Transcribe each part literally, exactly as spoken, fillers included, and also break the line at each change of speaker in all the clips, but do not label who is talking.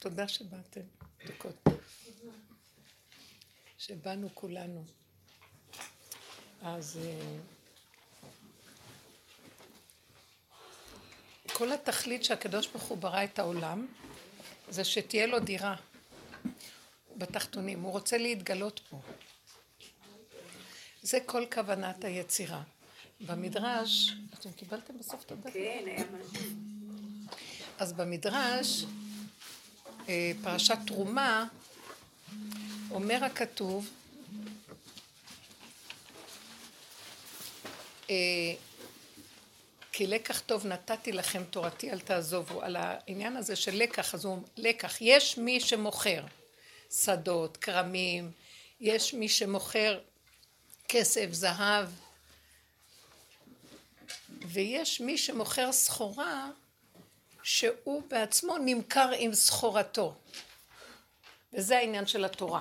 תודה שבאתם, דקות. שבאנו כולנו. אז כל התכלית שהקדוש ברוך הוא ברא את העולם, זה שתהיה לו דירה בתחתונים. הוא רוצה להתגלות פה. זה כל כוונת היצירה. במדרש, אתם קיבלתם בסוף את הדקה?
כן, היה משהו.
אז במדרש, פרשת תרומה, אומר הכתוב, כי לקח טוב נתתי לכם תורתי אל תעזובו. על העניין הזה של לקח, אז הוא לקח. יש מי שמוכר שדות, קרמים, יש מי שמוכר כסף, זהב, ויש מי שמוכר סחורה שהוא בעצמו נמכר עם סחורתו. וזה העניין של התורה.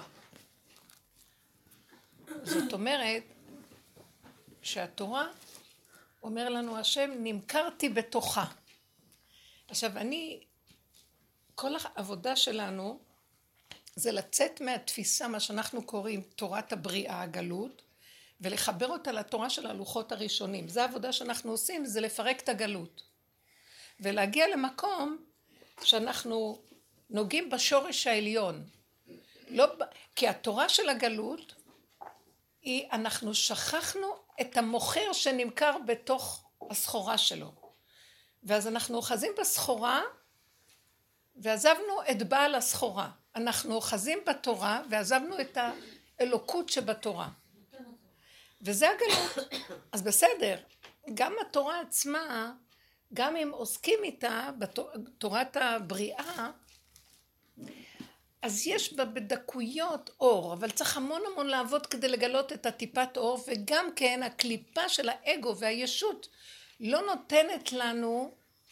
זאת אומרת שהתורה אומר לנו השם, נמכרתי בתוכה. עכשיו אני, כל העבודה שלנו זה לצאת מהתפיסה, מה שאנחנו קוראים תורת הבריאה, הגלות, ולחבר אותה לתורה של הלוחות הראשונים. זה העבודה שאנחנו עושים, זה לפרק את הגלות. ולהגיע למקום שאנחנו נוגעים בשורש העליון. לא, כי התורה של הגלות היא, אנחנו שכחנו את המוכר שנמכר בתוך הסחורה שלו. ואז אנחנו אוחזים בסחורה ועזבנו את בעל הסחורה. אנחנו אוחזים בתורה ועזבנו את האלוקות שבתורה. וזה הגלות. אז בסדר, גם התורה עצמה, גם אם עוסקים איתה בתורת הבריאה, אז יש בה בדקויות אור, אבל צריך המון המון לעבוד כדי לגלות את הטיפת אור, וגם כן הקליפה של האגו והישות לא נותנת לנו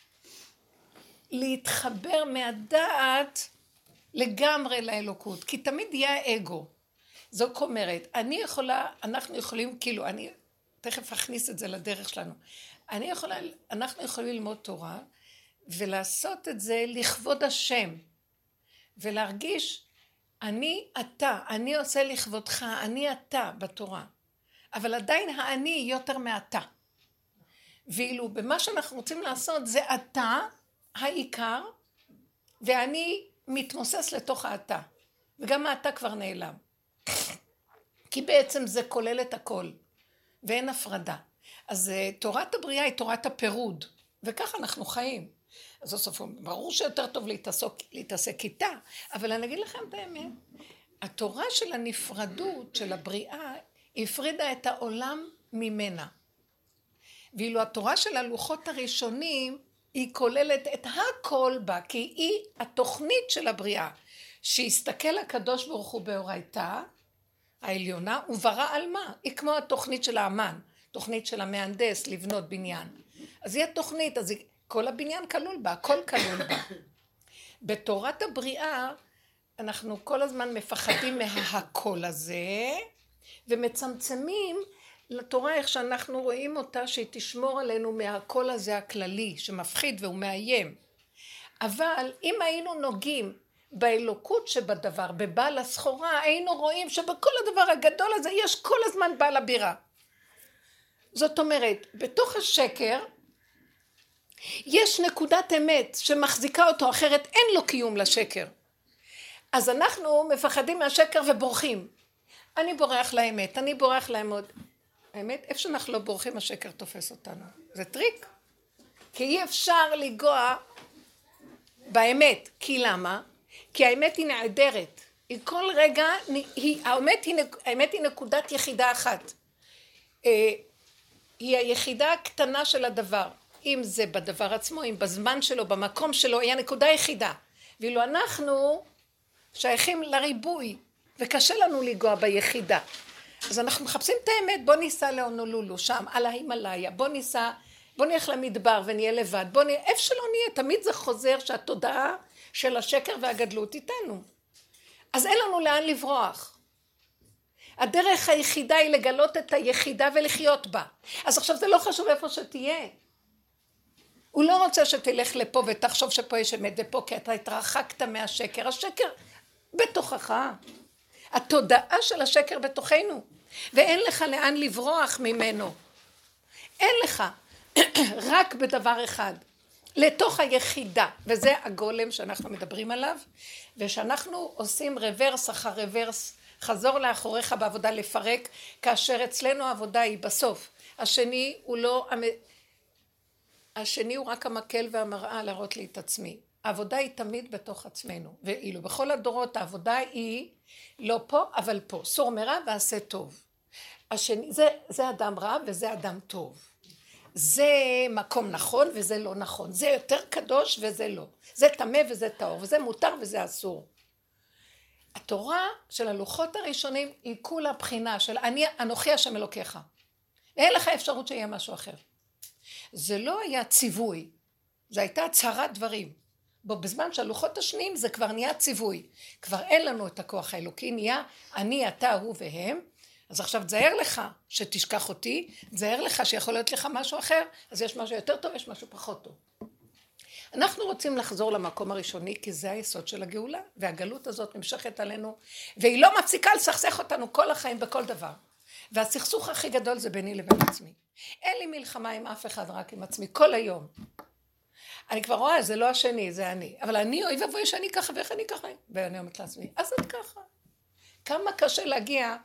להתחבר מהדעת לגמרי לאלוקות, כי תמיד יהיה האגו. זאת אומרת, אני יכולה, אנחנו יכולים, כאילו, אני תכף אכניס את זה לדרך שלנו, אני יכולה, אנחנו יכולים ללמוד תורה, ולעשות את זה לכבוד השם, ולהרגיש, אני אתה, אני עושה לכבודך, אני אתה בתורה, אבל עדיין האני יותר מאתה. ואילו במה שאנחנו רוצים לעשות זה אתה, העיקר, ואני מתמוסס לתוך האתה, וגם האתה כבר נעלם. כי בעצם זה כולל את הכל, ואין הפרדה. אז תורת הבריאה היא תורת הפירוד, וככה אנחנו חיים. אז בסוף ברור שיותר טוב להתעסק, להתעסק איתה, אבל אני אגיד לכם את האמת, התורה של הנפרדות, של הבריאה, הפרידה את העולם ממנה. ואילו התורה של הלוחות הראשונים, היא כוללת את הכל בה, כי היא התוכנית של הבריאה, שיסתכל הקדוש ברוך הוא באורייתא, העליונה, וברא על מה? היא כמו התוכנית של האמן, תוכנית של המהנדס לבנות בניין. אז היא התוכנית, אז היא, כל הבניין כלול בה, הכל כלול בה. בתורת הבריאה, אנחנו כל הזמן מפחדים מהכל הזה, ומצמצמים לתורה איך שאנחנו רואים אותה, שהיא תשמור עלינו מהכל הזה הכללי, שמפחיד והוא מאיים. אבל אם היינו נוגעים באלוקות שבדבר, בבעל הסחורה, היינו רואים שבכל הדבר הגדול הזה יש כל הזמן בעל הבירה. זאת אומרת, בתוך השקר יש נקודת אמת שמחזיקה אותו, אחרת אין לו קיום לשקר. אז אנחנו מפחדים מהשקר ובורחים. אני בורח לאמת, אני בורח לאמת. האמת, איפה שאנחנו לא בורחים, השקר תופס אותנו. זה טריק. כי אי אפשר לגוע באמת. כי למה? כי האמת היא נעדרת. היא כל רגע, היא, האמת, היא, האמת היא נקודת יחידה אחת. היא היחידה הקטנה של הדבר. אם זה בדבר עצמו, אם בזמן שלו, במקום שלו, היא הנקודה היחידה. ואילו אנחנו שייכים לריבוי, וקשה לנו לגוע ביחידה. אז אנחנו מחפשים את האמת, בוא ניסע להונולולו, שם, על ההימלאיה, בוא ניסע, בוא נלך למדבר ונהיה לבד, בוא נהיה, איפה שלא נהיה, תמיד זה חוזר שהתודעה של השקר והגדלות איתנו. אז אין לנו לאן לברוח. הדרך היחידה היא לגלות את היחידה ולחיות בה. אז עכשיו זה לא חשוב איפה שתהיה. הוא לא רוצה שתלך לפה ותחשוב שפה יש אמת ופה, כי אתה התרחקת מהשקר. השקר בתוכך. התודעה של השקר בתוכנו. ואין לך לאן לברוח ממנו. אין לך. רק בדבר אחד. לתוך היחידה. וזה הגולם שאנחנו מדברים עליו. ושאנחנו עושים רוורס אחר רוורס. חזור לאחוריך בעבודה לפרק. כאשר אצלנו העבודה היא בסוף. השני הוא לא... השני הוא רק המקל והמראה להראות לי את עצמי. העבודה היא תמיד בתוך עצמנו. ואילו בכל הדורות העבודה היא לא פה אבל פה. סור מרע ועשה טוב. השני, זה, זה אדם רע וזה אדם טוב. זה מקום נכון וזה לא נכון. זה יותר קדוש וזה לא. זה טמא וזה טהור. וזה מותר וזה אסור. התורה של הלוחות הראשונים היא כולה בחינה של אני אנוכי השם אלוקיך. אין לך אפשרות שיהיה משהו אחר. זה לא היה ציווי, זה הייתה הצהרת דברים. בו בזמן שהלוחות השניים זה כבר נהיה ציווי. כבר אין לנו את הכוח האלוקי, נהיה אני, אתה, הוא והם. אז עכשיו תזהר לך שתשכח אותי, תזהר לך שיכול להיות לך משהו אחר, אז יש משהו יותר טוב, יש משהו פחות טוב. אנחנו רוצים לחזור למקום הראשוני, כי זה היסוד של הגאולה, והגלות הזאת נמשכת עלינו, והיא לא מפסיקה לסכסך אותנו כל החיים בכל דבר. והסכסוך הכי גדול זה ביני לבין עצמי. אין לי מלחמה עם אף אחד, רק עם עצמי, כל היום. אני כבר רואה, זה לא השני, זה אני. אבל אני אוי ובוי שאני ככה, ואיך אני ככה? ואני אומרת לעצמי, אז את ככה. כמה קשה להגיע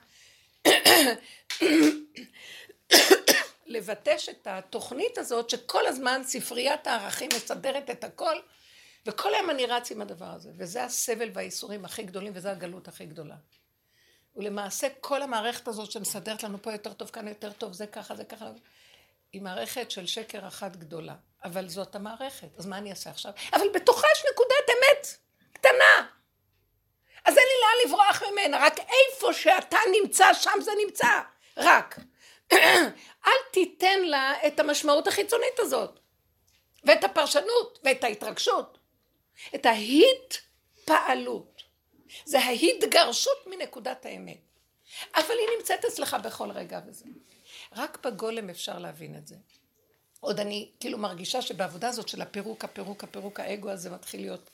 לבטש את התוכנית הזאת, שכל הזמן ספריית הערכים מסדרת את הכל, וכל היום אני רץ עם הדבר הזה. וזה הסבל והאיסורים הכי גדולים, וזה הגלות הכי גדולה. ולמעשה כל המערכת הזאת שמסדרת לנו פה יותר טוב, כאן יותר טוב, זה ככה, זה ככה, היא מערכת של שקר אחת גדולה. אבל זאת המערכת, אז מה אני אעשה עכשיו? אבל בתוכה יש נקודת אמת קטנה. אז אין לי לאן לברוח ממנה, רק איפה שאתה נמצא, שם זה נמצא. רק. אל תיתן לה את המשמעות החיצונית הזאת. ואת הפרשנות, ואת ההתרגשות. את ההתפעלות. זה ההתגרשות מנקודת האמת. אבל היא נמצאת אצלך בכל רגע וזה. רק בגולם אפשר להבין את זה. עוד אני כאילו מרגישה שבעבודה הזאת של הפירוק, הפירוק, הפירוק, האגו הזה מתחיל להיות,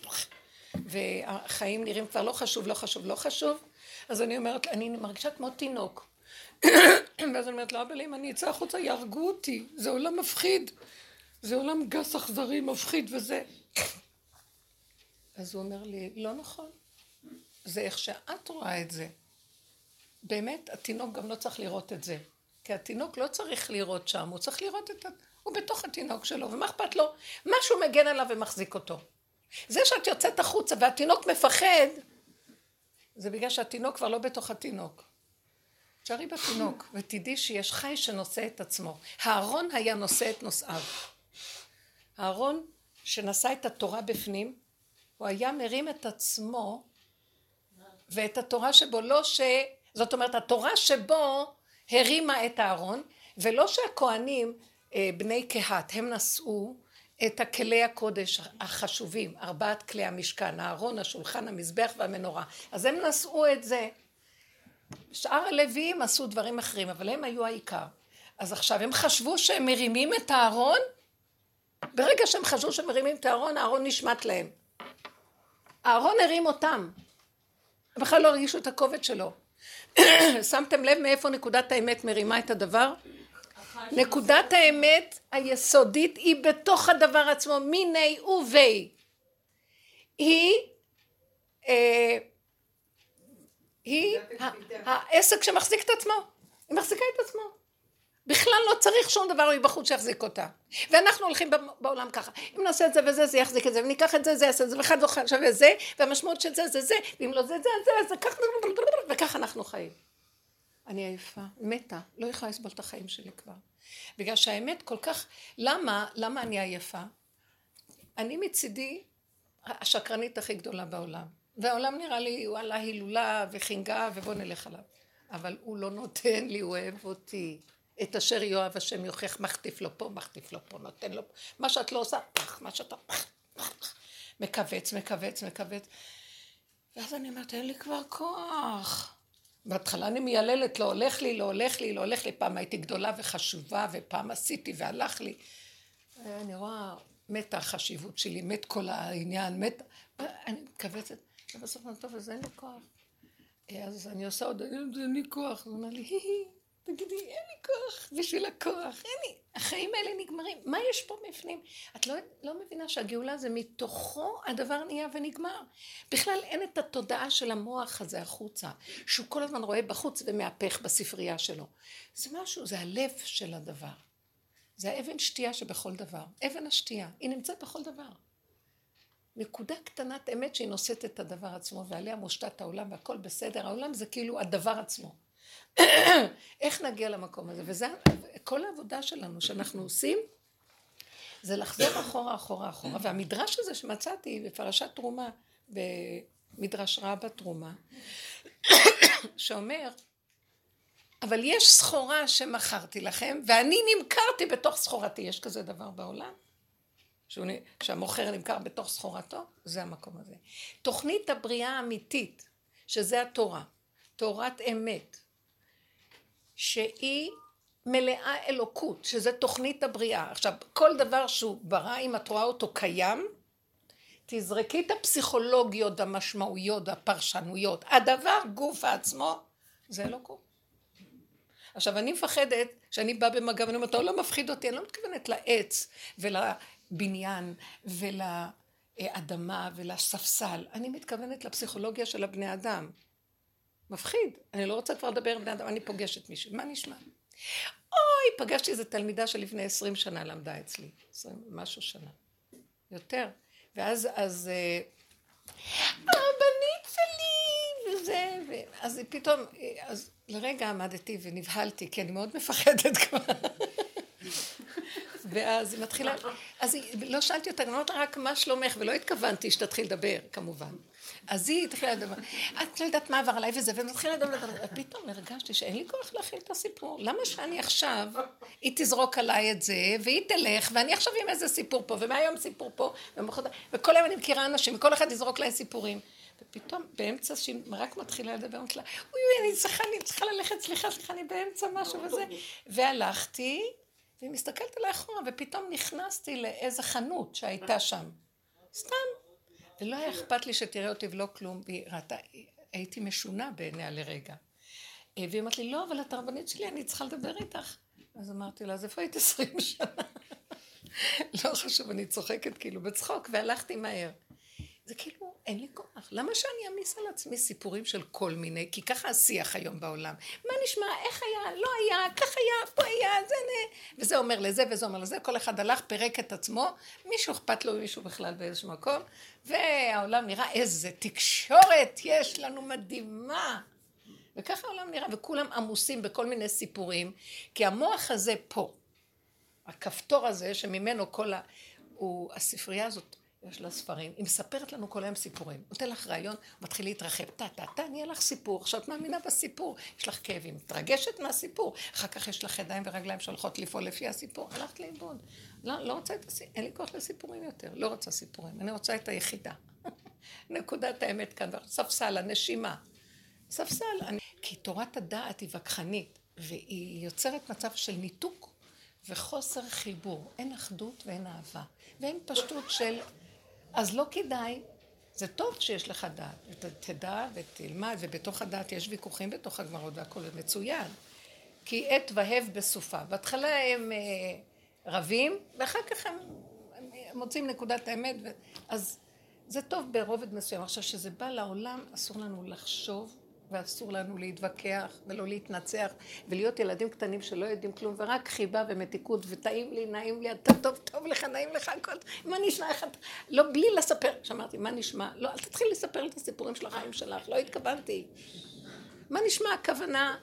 והחיים נראים כבר לא חשוב, לא חשוב, לא חשוב. אז אני אומרת, אני מרגישה כמו תינוק. ואז אני אומרת, לא, אבל אם אני אצא החוצה, יהרגו אותי. זה עולם מפחיד. זה עולם גס אכזרי, מפחיד וזה. אז הוא אומר לי, לא נכון. זה איך שאת רואה את זה. באמת, התינוק גם לא צריך לראות את זה. כי התינוק לא צריך לראות שם, הוא צריך לראות את ה... הוא בתוך התינוק שלו, ומה אכפת לו? משהו מגן עליו ומחזיק אותו. זה שאת יוצאת החוצה והתינוק מפחד, זה בגלל שהתינוק כבר לא בתוך התינוק. תשארי בתינוק, ותדעי שיש חי שנושא את עצמו. הארון היה נושא את נושאיו. הארון שנשא את התורה בפנים, הוא היה מרים את עצמו, ואת התורה שבו לא ש... זאת אומרת, התורה שבו הרימה את הארון, ולא שהכהנים, בני קהת, הם נשאו את הכלי הקודש החשובים, ארבעת כלי המשכן, הארון, השולחן, המזבח והמנורה. אז הם נשאו את זה. שאר הלוויים עשו דברים אחרים, אבל הם היו העיקר. אז עכשיו הם חשבו שהם מרימים את הארון, ברגע שהם חשבו שהם מרימים את הארון, הארון נשמט להם. הארון הרים אותם. הם בכלל לא הרגישו את הכובד שלו. שמתם לב מאיפה נקודת האמת מרימה את הדבר? נקודת האמת היסודית היא בתוך הדבר עצמו, מיני ובי. היא, אה, היא העסק שמחזיק את עצמו. היא מחזיקה את עצמו. בכלל לא צריך שום דבר מבחוץ שיחזיק אותה. ואנחנו הולכים בעולם ככה. אם נעשה את זה וזה, זה יחזיק את זה, וניקח את זה, זה יעשה את זה, ואחד לא שווה זה, והמשמעות של זה, זה זה, ואם לא זה, זה, זה, זה, ככה, וככה אנחנו חיים. אני עייפה, מתה, לא יכולה לסבול את החיים שלי כבר. בגלל שהאמת כל כך, למה, למה אני עייפה? אני מצידי השקרנית הכי גדולה בעולם. והעולם נראה לי, הוא עלה הילולה וחינגה, ובוא נלך עליו. אבל הוא לא נותן לי, הוא אוהב אותי. את אשר יואב השם יוכיח, מחטיף לו פה, מחטיף לו פה, נותן לו פה. מה שאת לא עושה, פח, מה שאתה פח, פח, מקווץ, מקווץ, מקווץ. ואז אני אומרת, אין לי כבר כוח. בהתחלה אני מייללת, לא הולך לי, לא הולך לי, לא הולך לי. פעם הייתי גדולה וחשובה, ופעם עשיתי והלך לי. אני רואה, מתה החשיבות שלי, מת כל העניין, מת... אני מתכווצת, ובסוף אני טוב, אז אין לי כוח. אז אני עושה עוד, אין לי כוח. הוא אומר לי, הי הי, תגידי, אין לי כוח בשביל הכוח, אין לי. החיים האלה נגמרים. מה יש פה בפנים? את לא, לא מבינה שהגאולה זה מתוכו הדבר נהיה ונגמר. בכלל אין את התודעה של המוח הזה החוצה, שהוא כל הזמן רואה בחוץ ומהפך בספרייה שלו. זה משהו, זה הלב של הדבר. זה האבן שתייה שבכל דבר. אבן השתייה, היא נמצאת בכל דבר. נקודה קטנת אמת שהיא נושאת את הדבר עצמו, ועליה מושתת העולם והכל בסדר. העולם זה כאילו הדבר עצמו. איך נגיע למקום הזה? וזה כל העבודה שלנו שאנחנו עושים, זה לחזור אחורה, אחורה, אחורה. והמדרש הזה שמצאתי בפרשת תרומה, במדרש רבה תרומה, שאומר, אבל יש סחורה שמכרתי לכם, ואני נמכרתי בתוך סחורתי. יש כזה דבר בעולם? שהמוכר נמכר בתוך סחורתו? זה המקום הזה. תוכנית הבריאה האמיתית, שזה התורה, תורת אמת, שהיא מלאה אלוקות, שזה תוכנית הבריאה. עכשיו, כל דבר שהוא ברא, אם את רואה אותו קיים, תזרקי את הפסיכולוגיות, המשמעויות, הפרשנויות. הדבר, גוף העצמו, זה אלוקות. עכשיו, אני מפחדת שאני באה במגע, ואני אומרת, לא מפחיד אותי, אני לא מתכוונת לעץ ולבניין ולאדמה ולספסל. אני מתכוונת לפסיכולוגיה של הבני אדם. מפחיד, אני לא רוצה כבר לדבר בני אדם, אני פוגשת מישהו, מה נשמע? אוי, פגשתי איזו תלמידה שלפני עשרים שנה למדה אצלי, עשרים משהו שנה, יותר, ואז, אז, הבנית שלי, וזה, ואז פתאום, אז לרגע עמדתי ונבהלתי, כי אני מאוד מפחדת כבר, ואז היא מתחילה, אז היא, לא שאלתי אותה, אני אומרת לה רק מה שלומך, ולא התכוונתי שתתחיל לדבר, כמובן. אז היא התחילה לדבר, את לא יודעת מה עבר עליי וזה, ומתחילה לדבר, פתאום הרגשתי שאין לי כוח להכיל את הסיפור. למה שאני עכשיו, היא תזרוק עליי את זה, והיא תלך, ואני עכשיו עם איזה סיפור פה, ומהיום סיפור פה, וכל היום אני מכירה אנשים, וכל אחד יזרוק להם סיפורים. ופתאום באמצע שהיא רק מתחילה לדבר, אמרתי לה, אוי, אוי, אני צריכה, אני צריכה ללכת, סליחה, סליחה, אני באמצע משהו וזה. והלכתי, והיא מסתכלת עליי אחורה, ופתאום נכנסתי לאיזה חנות שהייתה שם. סתם. ולא היה אכפת לי שתראה אותי ולא כלום, והיא ראתה, הייתי משונה בעיניה לרגע. והיא אמרת לי, לא, אבל את הרבנית שלי, אני צריכה לדבר איתך. אז אמרתי לה, אז איפה היית עשרים שנה? לא חשוב, אני צוחקת כאילו בצחוק, והלכתי מהר. זה כאילו, אין לי כוח. למה שאני אמיס על עצמי סיפורים של כל מיני, כי ככה השיח היום בעולם. מה נשמע, איך היה, לא היה, כך היה, פה היה, זה נה. וזה אומר לזה, וזה אומר לזה, כל אחד הלך, פירק את עצמו, מישהו אכפת לו, מישהו בכלל באיזשהו מקום, והעולם נראה איזה תקשורת יש לנו מדהימה. וככה העולם נראה, וכולם עמוסים בכל מיני סיפורים, כי המוח הזה פה, הכפתור הזה שממנו כל ה... הוא, הספרייה הזאת, יש לה ספרים, היא מספרת לנו כל היום סיפורים. נותן לך רעיון, מתחיל להתרחב, תה, תה, תה, נהיה לך סיפור, עכשיו את מאמינה בסיפור, יש לך כאבים, מתרגשת מהסיפור, אחר כך יש לך ידיים ורגליים שהולכות לפעול לפי הסיפור, הלכת לאיבוד. לא, לא רוצה את הסיפורים, אין לי כוח לסיפורים יותר, לא רוצה סיפורים, אני רוצה את היחידה. נקודת האמת כאן, ספסל, הנשימה. ספסל, אני... כי תורת הדעת היא וכחנית, והיא יוצרת מצב של ניתוק וחוסר חיבור. אין אחדות ואין אהבה, ואין פשטות של... אז לא כדאי, זה טוב שיש לך דעת, ותדע ותלמד, ובתוך הדעת יש ויכוחים בתוך הגמרות והכל מצוין. כי עת והב בסופה, בהתחלה הם אה, רבים, ואחר כך הם, הם מוצאים נקודת האמת, ו... אז זה טוב ברובד מסוים. עכשיו שזה בא לעולם, אסור לנו לחשוב, ואסור לנו להתווכח, ולא להתנצח, ולהיות ילדים קטנים שלא יודעים כלום, ורק חיבה ומתיקות, וטעים לי, נעים לי, אתה טוב, טוב לך, נעים לך, הכל, מה נשמע, איך אתה, לא, בלי לספר, שאמרתי, מה נשמע, לא, אל תתחיל לספר את הסיפורים של החיים שלך, לא התכוונתי. מה נשמע, הכוונה,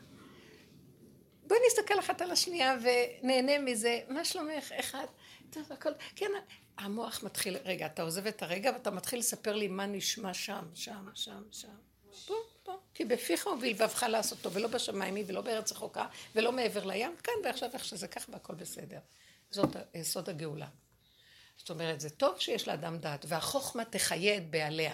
בואי נסתכל אחת על השנייה, ונהנה מזה, מה שלומך, איך את, טוב, הכל, כן, המוח מתחיל, רגע, אתה עוזב את הרגע, ואתה מתחיל לספר לי מה נשמע שם, שם, שם, שם. פה, פה, כי בפיך ובלבבך לעשותו, ולא בשמיים ולא בארץ רחוקה, ולא מעבר לים, כאן ועכשיו איך שזה כך והכל בסדר. זאת סוד הגאולה. זאת אומרת, זה טוב שיש לאדם דעת, והחוכמה תחיה את בעליה.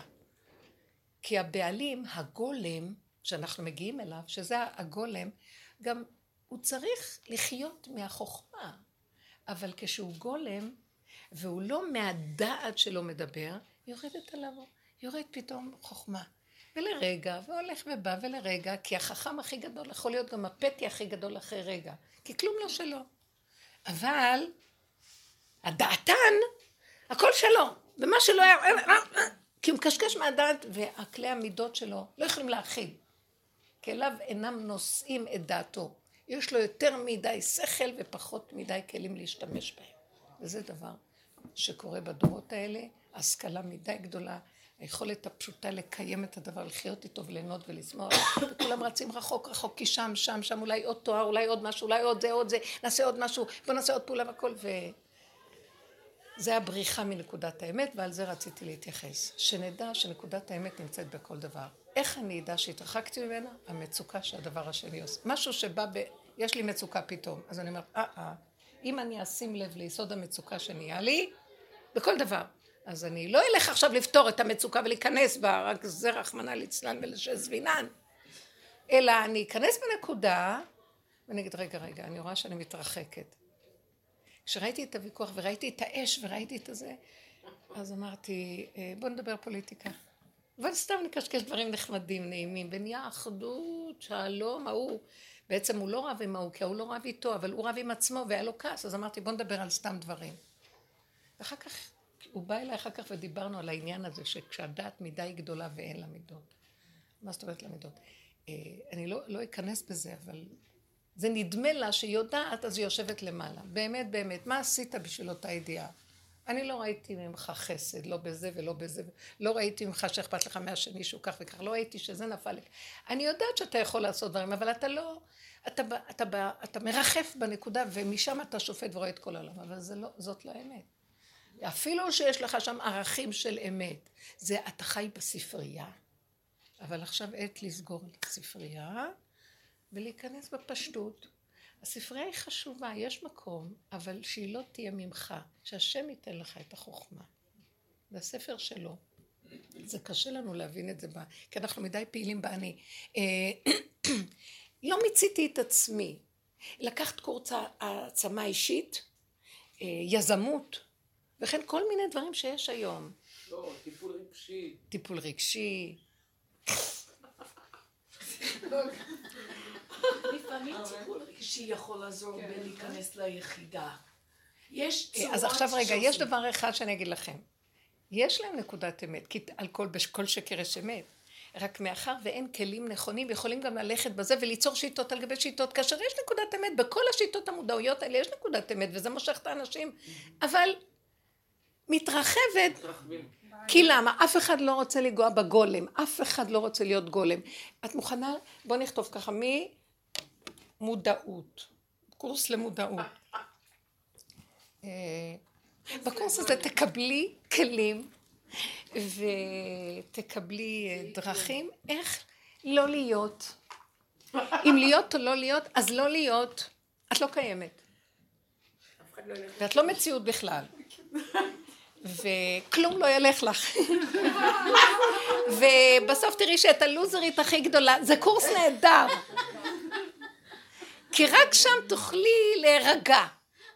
כי הבעלים, הגולם, שאנחנו מגיעים אליו, שזה הגולם, גם הוא צריך לחיות מהחוכמה. אבל כשהוא גולם, והוא לא מהדעת שלו מדבר, יורדת עליו, יורד פתאום חוכמה. ולרגע, והולך ובא ולרגע, כי החכם הכי גדול יכול להיות גם הפתי הכי גדול אחרי רגע, כי כלום לא שלו. אבל הדעתן, הכל שלו, ומה שלא היה, כי הוא מקשקש מהדעת, והכלי המידות שלו לא יכולים להכיל, כי אליו אינם נושאים את דעתו. יש לו יותר מדי שכל ופחות מדי כלים להשתמש בהם. וזה דבר שקורה בדורות האלה, השכלה מדי גדולה, היכולת הפשוטה לקיים את הדבר, לחיות איתו וליהנות ולשמוח, וכולם רצים רחוק רחוק, כי שם, שם, שם, אולי עוד תואר, אולי עוד משהו, אולי עוד זה, עוד זה, נעשה עוד משהו, בוא נעשה עוד פעולה והכל, וזה הבריחה מנקודת האמת, ועל זה רציתי להתייחס. שנדע שנקודת האמת נמצאת בכל דבר. איך אני אדע שהתרחקתי ממנה? המצוקה שהדבר השני עושה. משהו שבא ב... יש לי מצוקה פתאום, אז אני אומרת, אה, אה, אם אני אשים לב ליסוד המצוקה שנהיה לי, בכל דבר, אז אני לא אלך עכשיו לפתור את המצוקה ולהיכנס בה, רק זה רחמנא ליצלן ולשזבינן, אלא אני אכנס בנקודה, ואני אגיד, רגע, רגע, אני רואה שאני מתרחקת. כשראיתי את הוויכוח וראיתי את האש וראיתי את הזה, אז אמרתי, בוא נדבר פוליטיקה. אבל סתם נקשקש דברים נחמדים, נעימים, ונהיה אחדות, שלום, ההוא. בעצם הוא לא רב עם ההוא, כי הוא לא רב איתו, אבל הוא רב עם עצמו, והיה לו כעס, אז אמרתי, בוא נדבר על סתם דברים. ואחר כך, הוא בא אליי אחר כך ודיברנו על העניין הזה, שכשהדעת מדי גדולה ואין לה מידות. מה זאת אומרת למידות? אני לא, לא אכנס בזה, אבל זה נדמה לה שהיא יודעת, אז היא יושבת למעלה. באמת, באמת, מה עשית בשביל אותה ידיעה? אני לא ראיתי ממך חסד, לא בזה ולא בזה, לא ראיתי ממך שאכפת לך מהשני שהוא כך וכך, לא ראיתי שזה נפל לך. אני יודעת שאתה יכול לעשות דברים, אבל אתה לא, אתה, אתה, אתה, אתה מרחף בנקודה, ומשם אתה שופט ורואה את כל העולם, אבל זה לא, זאת לא האמת. אפילו שיש לך שם ערכים של אמת, זה אתה חי בספרייה, אבל עכשיו עת לסגור את הספרייה, ולהיכנס בפשטות. הספרייה היא חשובה, יש מקום, אבל שהיא לא תהיה ממך, שהשם ייתן לך את החוכמה. זה הספר שלו. זה קשה לנו להבין את זה, כי אנחנו מדי פעילים באני. לא מיציתי את עצמי. לקחת קורס העצמה אישית, יזמות, וכן כל מיני דברים שיש היום.
לא, טיפול רגשי.
טיפול רגשי.
לפעמים טיפול רגשי יכול לעזור ולהיכנס ליחידה. יש צורות...
אז עכשיו רגע, יש דבר אחד שאני אגיד לכם. יש להם נקודת אמת, כי על כל, כל שקר יש אמת. רק מאחר ואין כלים נכונים, יכולים גם ללכת בזה וליצור שיטות על גבי שיטות, כאשר יש נקודת אמת, בכל השיטות המודעויות האלה יש נקודת אמת, וזה מושך את האנשים, אבל מתרחבת, כי למה? אף אחד לא רוצה לגוע בגולם, אף אחד לא רוצה להיות גולם. את מוכנה? בוא נכתוב ככה, מי? מודעות, קורס למודעות. בקורס הזה תקבלי כלים ותקבלי דרכים איך לא להיות. אם להיות או לא להיות, אז לא להיות, את לא קיימת. ואת לא מציאות בכלל. וכלום לא ילך לך. ובסוף תראי שאת הלוזרית הכי גדולה, זה קורס נהדר. כי רק שם תוכלי להירגע.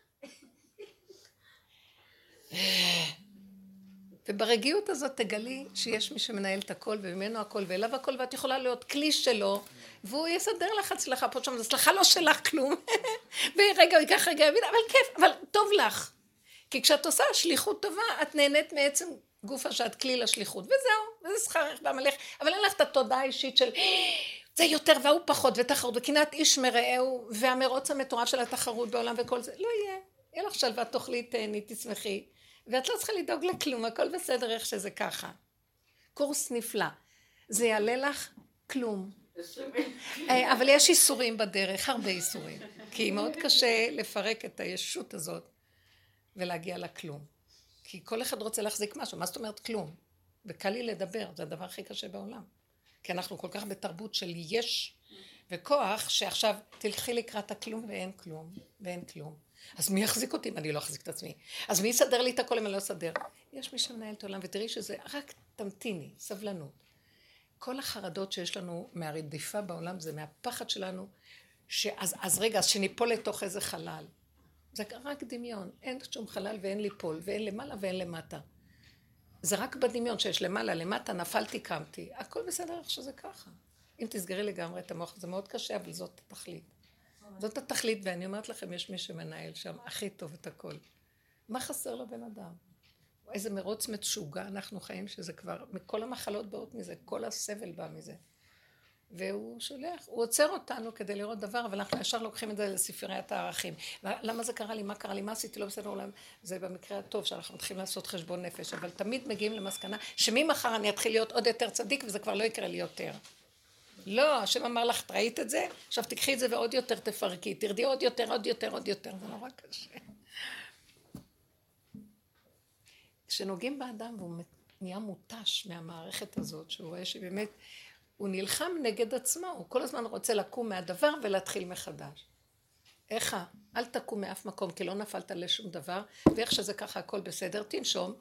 וברגיעות הזאת תגלי שיש מי שמנהל את הכל וממנו הכל ואליו הכל, ואת יכולה להיות כלי שלו, והוא יסדר לך הצלחה פה שם, זה הצלחה לא שלך כלום. ורגע הוא ייקח רגע, אבל כיף, אבל טוב לך. כי כשאת עושה שליחות טובה, את נהנית מעצם גופה שאת כלי לשליחות, וזהו, וזה שכרך והמלך, אבל אין לך את התודעה האישית של זה יותר והוא פחות, ותחרות, וקנאת איש מרעהו, והמרוץ המטורף של התחרות בעולם וכל זה, לא יהיה. יהיה לך שלווה, תאכלי, תהני, תשמחי, ואת לא צריכה לדאוג לכלום, הכל בסדר איך שזה ככה. קורס נפלא. זה יעלה לך כלום. אבל יש איסורים בדרך, הרבה איסורים, כי מאוד קשה לפרק את הישות הזאת, ולהגיע לכלום. כי כל אחד רוצה להחזיק משהו, מה זאת אומרת כלום? וקל לי לדבר, זה הדבר הכי קשה בעולם. כי אנחנו כל כך בתרבות של יש וכוח, שעכשיו תלכי לקראת הכלום ואין כלום, ואין כלום. אז מי יחזיק אותי אם אני לא אחזיק את עצמי? אז מי יסדר לי את הכל אם אני לא אסדר? יש מי שמנהל את העולם, ותראי שזה רק תמתיני, סבלנות. כל החרדות שיש לנו מהרדיפה בעולם, זה מהפחד שלנו, שאז, אז רגע, אז שניפול לתוך איזה חלל. זה רק דמיון, אין שום חלל ואין ליפול, ואין למעלה ואין למטה. זה רק בדמיון שיש למעלה, למטה, נפלתי, קמתי. הכל בסדר איך שזה ככה. אם תסגרי לגמרי את המוח, זה מאוד קשה, אבל זאת התכלית. זאת התכלית, ואני אומרת לכם, יש מי שמנהל שם הכי טוב את הכל. מה חסר לבן אדם? איזה מרוץ משוגע אנחנו חיים, שזה כבר, מכל המחלות באות מזה, כל הסבל בא מזה. והוא שולח, הוא עוצר אותנו כדי לראות דבר, אבל אנחנו ישר לוקחים את זה לספריית הערכים. למה זה קרה לי? מה קרה לי? מה עשיתי? לא בסדר עולם. זה במקרה הטוב שאנחנו מתחילים לעשות חשבון נפש, אבל תמיד מגיעים למסקנה שממחר אני אתחיל להיות עוד יותר צדיק, וזה כבר לא יקרה לי יותר. לא, השם אמר לך, ראית את זה? עכשיו תקחי את זה ועוד יותר תפרקי, תרדי עוד יותר, עוד יותר, עוד יותר. זה נורא קשה. כשנוגעים באדם והוא נהיה מוטש מהמערכת הזאת, שהוא רואה שבאמת הוא נלחם נגד עצמו, הוא כל הזמן רוצה לקום מהדבר ולהתחיל מחדש. איך? אל תקום מאף מקום, כי לא נפלת לשום דבר, ואיך שזה ככה הכל בסדר, תנשום,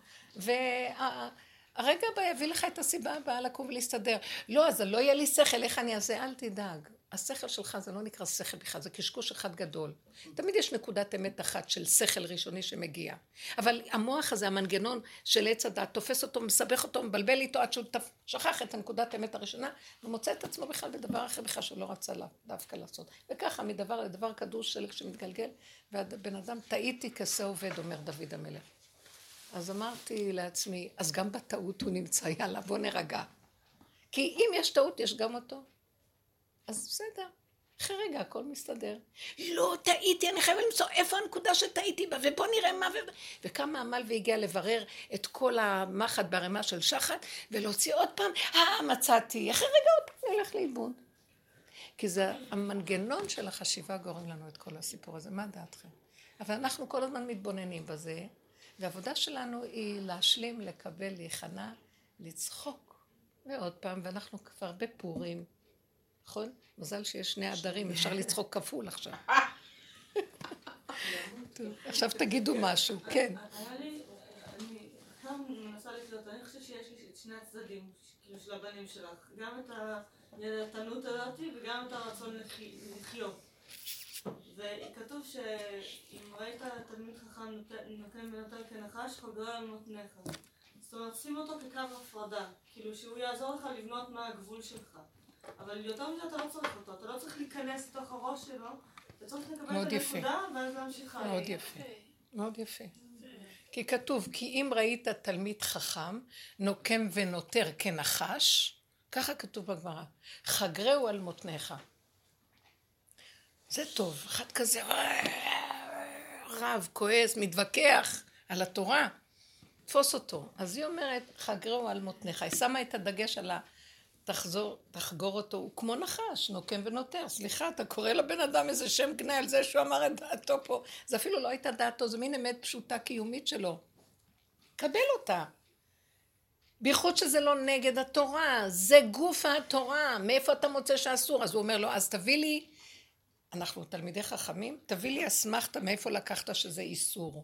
והרגע הבא יביא לך את הסיבה הבאה לקום ולהסתדר. לא, אז לא יהיה לי שכל, איך אני אעשה? אל תדאג. השכל שלך זה לא נקרא שכל בכלל, זה קשקוש אחד גדול. תמיד יש נקודת אמת אחת של שכל ראשוני שמגיע. אבל המוח הזה, המנגנון של עץ הדת, תופס אותו, מסבך אותו, מבלבל איתו עד שהוא שכח את הנקודת האמת הראשונה, ומוצא את עצמו בכלל בדבר אחר בכלל שהוא לא רצה דווקא לעשות. וככה מדבר לדבר קדוש שלג שמתגלגל, והבן אדם טעיתי כסה עובד, אומר דוד המלך. אז אמרתי לעצמי, אז גם בטעות הוא נמצא, יאללה, בוא נרגע. כי אם יש טעות, יש גם אותו. אז בסדר, אחרי רגע הכל מסתדר. לא, טעיתי, אני חייבת למצוא איפה הנקודה שטעיתי בה, ובוא נראה מה ו... וכמה עמל והגיע לברר את כל המחט ברמה של שחת, ולהוציא עוד פעם, אה, מצאתי, אחרי רגע עוד פעם נלך לאיבוד. כי זה המנגנון של החשיבה גורם לנו את כל הסיפור הזה, מה דעתכם? אבל אנחנו כל הזמן מתבוננים בזה, והעבודה שלנו היא להשלים, לקבל, להיכנע, לצחוק. ועוד פעם, ואנחנו כבר בפורים, נכון? מזל שיש שני עדרים, אפשר לצחוק כפול עכשיו. עכשיו תגידו משהו, כן.
היה לי, אני כאן מנסה לקלוט, אני חושב שיש לי את שני הצדדים, כאילו של הבנים שלך, גם את הילדתנות הזאת וגם את הרצון לחיות. וכתוב שאם ראית תלמיד חכם נותן ונותר כנחש, חגרה על מותניך. זאת אומרת, שים אותו כקו הפרדה, כאילו שהוא יעזור לך לבנות מה הגבול שלך. אבל יותר מזה אתה לא צריך אותו, אתה לא צריך להיכנס לתוך הראש שלו, אתה צריך לקבל את הנקודה ואז להמשיך הלאה.
מאוד יפה, מאוד יפה. כי כתוב, כי אם ראית תלמיד חכם, נוקם ונותר כנחש, ככה כתוב בגמרא, חגרהו על מותניך. זה טוב, אחד כזה רב, כועס, מתווכח על התורה, תפוס אותו. אז היא אומרת, חגרהו על מותניך, היא שמה את הדגש על ה... תחזור, תחגור אותו, הוא כמו נחש, נוקם ונותר. סליחה, אתה קורא לבן אדם איזה שם גנאי על זה שהוא אמר את דעתו פה. זה אפילו לא הייתה דעתו, זה מין אמת פשוטה קיומית שלו. קבל אותה. בייחוד שזה לא נגד התורה, זה גוף התורה. מאיפה אתה מוצא שאסור? אז הוא אומר לו, אז תביא לי, אנחנו תלמידי חכמים, תביא לי אסמכתה מאיפה לקחת שזה איסור.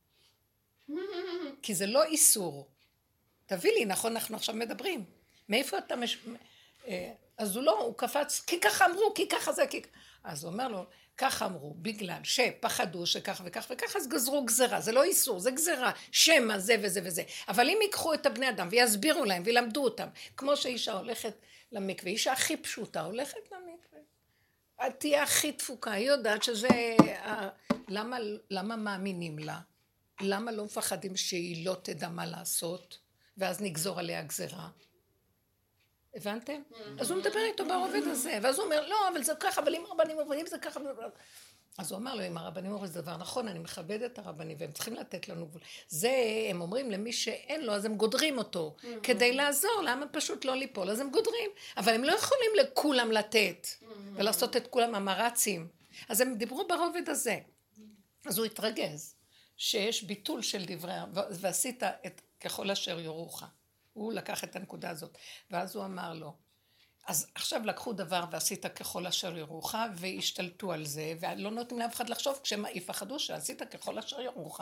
כי זה לא איסור. תביא לי, נכון, אנחנו עכשיו מדברים. מאיפה אתה מש... אז הוא לא, הוא קפץ, כי ככה אמרו, כי ככה זה, כי... אז הוא אומר לו, ככה אמרו, בגלל שפחדו שכך וכך וכך, אז גזרו גזרה, זה לא איסור, זה גזרה, שמה זה וזה וזה. אבל אם ייקחו את הבני אדם ויסבירו להם וילמדו אותם, כמו שאישה הולכת למקווה, אישה הכי פשוטה הולכת למקווה, תהיה הכי תפוקה, היא יודעת שזה... למה, למה מאמינים לה? למה לא מפחדים שהיא לא תדע מה לעשות, ואז נגזור עליה גזרה? הבנתם? אז הוא מדבר איתו ברובד הזה, ואז הוא אומר, לא, אבל זה ככה, אבל אם הרבנים אומרים זה ככה, אז הוא אמר לו, אם הרבנים אומרים זה דבר נכון, אני מכבד את הרבנים, והם צריכים לתת לנו גבול. זה, הם אומרים למי שאין לו, אז הם גודרים אותו, כדי לעזור, למה פשוט לא ליפול, אז הם גודרים, אבל הם לא יכולים לכולם לתת, ולעשות את כולם המרצים. אז הם דיברו ברובד הזה. אז הוא התרגז, שיש ביטול של דברי, ועשית את ככל אשר יורוך. הוא לקח את הנקודה הזאת, ואז הוא אמר לו, אז עכשיו לקחו דבר ועשית ככל אשר יורוך, והשתלטו על זה, ולא נותנים לאף אחד לחשוב, כשהם יפחדו שעשית ככל אשר יורוך,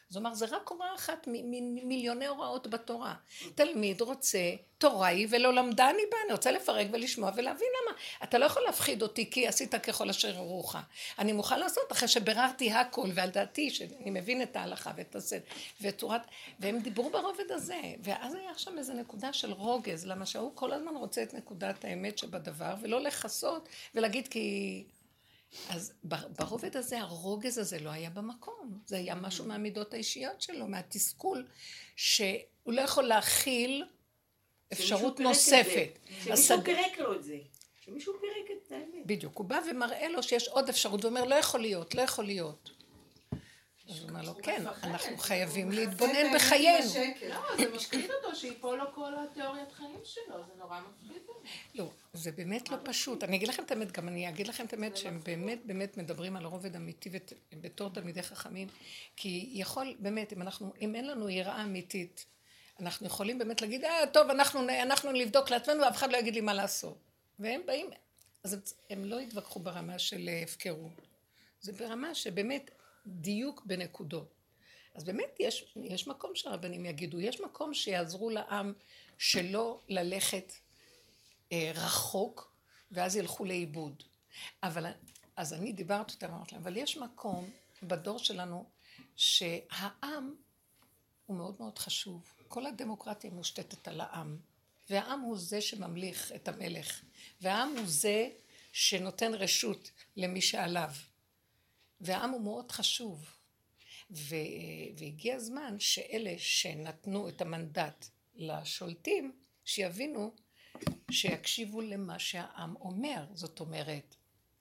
זאת אומרת, זה רק הוראה אחת ממיליוני הוראות בתורה. תלמיד רוצה, תורה היא ולא למדה אני בה, אני רוצה לפרק ולשמוע ולהבין למה. אתה לא יכול להפחיד אותי כי עשית ככל אשר יורוך. אני מוכן לעשות אחרי שבררתי הכל, ועל דעתי שאני מבין את ההלכה ואת הסד, ותורת, והם דיברו ברובד הזה, ואז היה שם איזו נקודה של רוגז, למה שהוא כל הזמן רוצה את נקודת האמת שבדבר, ולא לחסות ולהגיד כי... אז ברובד הזה, הרוגז הזה לא היה במקום. זה היה משהו מהמידות האישיות שלו, מהתסכול, שהוא לא יכול להכיל אפשרות נוספת.
שמישהו פירק לו את זה. שמישהו פירק את האמת.
בדיוק, הוא בא ומראה לו שיש עוד אפשרות, הוא אומר, לא יכול להיות, לא יכול להיות. אז הוא אומר לו, כן, אנחנו חייבים להתבונן בחיינו.
לא, זה משקיד אותו שיפול לו כל התיאוריית חיים שלו, זה נורא מפחיד.
לא, זה באמת לא פשוט. אני אגיד לכם את האמת, גם אני אגיד לכם את האמת שהם באמת באמת מדברים על רובד אמיתי בתור תלמידי חכמים, כי יכול באמת, אם אנחנו, אם אין לנו יראה אמיתית, אנחנו יכולים באמת להגיד, אה, טוב, אנחנו, אנחנו נבדוק לעצמנו, ואף אחד לא יגיד לי מה לעשות. והם באים, אז הם לא יתווכחו ברמה של הפקרות. זה ברמה שבאמת דיוק בנקודות. אז באמת יש, יש מקום שהרבנים יגידו, יש מקום שיעזרו לעם שלא ללכת אה, רחוק, ואז ילכו לאיבוד. אבל, אז אני דיברת אותם, אמרתי להם, אבל יש מקום בדור שלנו, שהעם הוא מאוד מאוד חשוב. כל הדמוקרטיה מושתתת על העם, והעם הוא זה שממליך את המלך, והעם הוא זה שנותן רשות למי שעליו. והעם הוא מאוד חשוב, ו... והגיע הזמן שאלה שנתנו את המנדט לשולטים, שיבינו שיקשיבו למה שהעם אומר. זאת אומרת,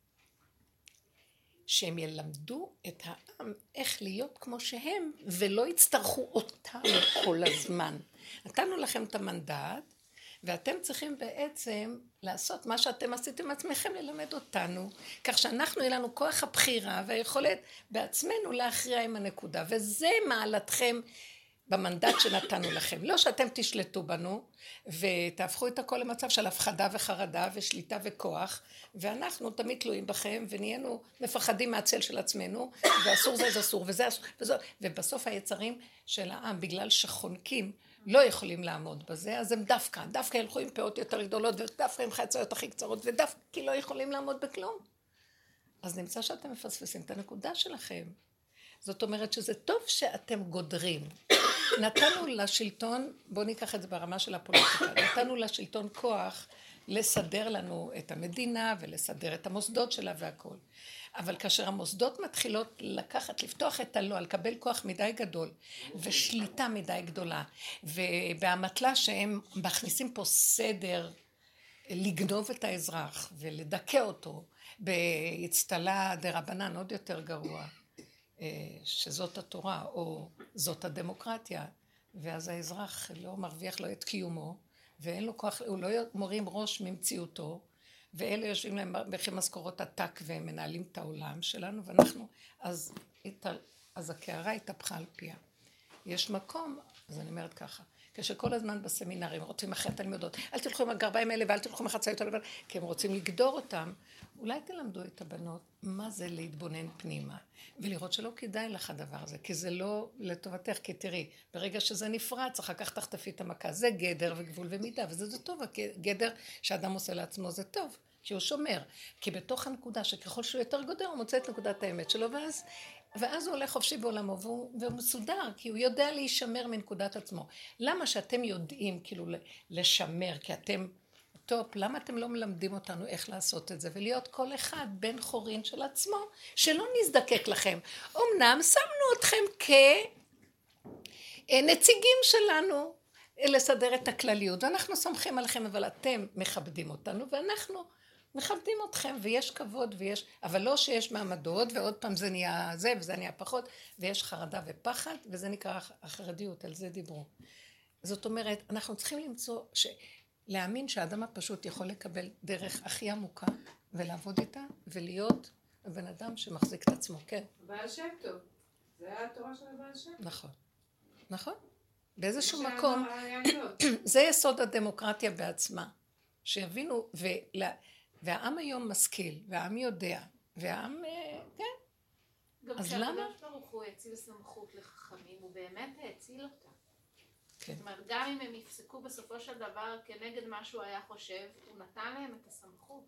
שהם ילמדו את העם איך להיות כמו שהם, ולא יצטרכו אותם כל הזמן. נתנו לכם את המנדט, ואתם צריכים בעצם לעשות מה שאתם עשיתם עצמכם, ללמד אותנו, כך שאנחנו יהיה לנו כוח הבחירה והיכולת בעצמנו להכריע עם הנקודה, וזה מעלתכם במנדט שנתנו לכם. לא שאתם תשלטו בנו ותהפכו את הכל למצב של הפחדה וחרדה ושליטה וכוח, ואנחנו תמיד תלויים בכם ונהיינו מפחדים מהצל של עצמנו, ואסור זה, זה אסור וזה אסור, וזאת, ובסוף היצרים של העם, בגלל שחונקים, לא יכולים לעמוד בזה, אז הם דווקא, דווקא ילכו עם פאות יותר גדולות, ודווקא עם חצאיות הכי קצרות, ודווקא כי לא יכולים לעמוד בכלום. אז נמצא שאתם מפספסים את הנקודה שלכם. זאת אומרת שזה טוב שאתם גודרים. נתנו לשלטון, בואו ניקח את זה ברמה של הפוליטיקה, נתנו לשלטון כוח לסדר לנו את המדינה, ולסדר את המוסדות שלה והכל. אבל כאשר המוסדות מתחילות לקחת, לפתוח את הלוע, לקבל כוח מדי גדול, ושליטה מדי גדולה, ובהמטלה שהם מכניסים פה סדר, לגנוב את האזרח, ולדכא אותו, בהצטלה דרבנן עוד יותר גרוע, שזאת התורה, או זאת הדמוקרטיה, ואז האזרח לא מרוויח לו את קיומו, ואין לו כוח, הוא לא מורים ראש ממציאותו, ואלה יושבים להם בכי משכורות עתק והם מנהלים את העולם שלנו, ואנחנו, אז, אז הקערה התהפכה על פיה. יש מקום, אז אני אומרת ככה, כשכל הזמן בסמינרים רוצים אחרי התלמידות, אל תלכו עם הגרביים האלה ואל תלכו עם החצאיות האלה, כי הם רוצים לגדור אותם, אולי תלמדו את הבנות מה זה להתבונן פנימה, ולראות שלא כדאי לך הדבר הזה, כי זה לא לטובתך, כי תראי, ברגע שזה נפרץ, אחר כך תחטפי את המכה, זה גדר וגבול ומידה, וזה זה טוב, גדר שאדם עושה לעצמו זה טוב, כי הוא שומר, כי בתוך הנקודה שככל שהוא יותר גודר, הוא מוצא את נקודת האמת שלו, ואז, ואז הוא הולך חופשי בעולמו, והוא, והוא מסודר, כי הוא יודע להישמר מנקודת עצמו. למה שאתם יודעים כאילו לשמר, כי אתם טוב, למה אתם לא מלמדים אותנו איך לעשות את זה, ולהיות כל אחד בן חורין של עצמו, שלא נזדקק לכם. אמנם שמנו אתכם כנציגים שלנו לסדר את הכלליות, ואנחנו סומכים עליכם, אבל אתם מכבדים אותנו, ואנחנו מכבדים אתכם, ויש כבוד, ויש, אבל לא שיש מעמדות, ועוד פעם זה נהיה זה, וזה נהיה פחות, ויש חרדה ופחד, וזה נקרא החרדיות, על זה דיברו. זאת אומרת, אנחנו צריכים למצוא ש... להאמין שהאדם הפשוט יכול לקבל דרך הכי עמוקה ולעבוד איתה ולהיות הבן אדם שמחזיק את עצמו, כן.
בעל שם טוב, זה התורה של הבעל שם.
נכון, נכון. באיזשהו מקום, זה יסוד הדמוקרטיה בעצמה, שיבינו, והעם היום משכיל, והעם יודע, והעם, כן,
גם
אז למה?
כשהקדוש ברוך הוא האציל סמכות לחכמים, הוא באמת האציל אותה.
כן.
זאת אומרת, גם אם הם יפסקו בסופו של דבר כנגד מה שהוא היה חושב, הוא נתן להם את הסמכות.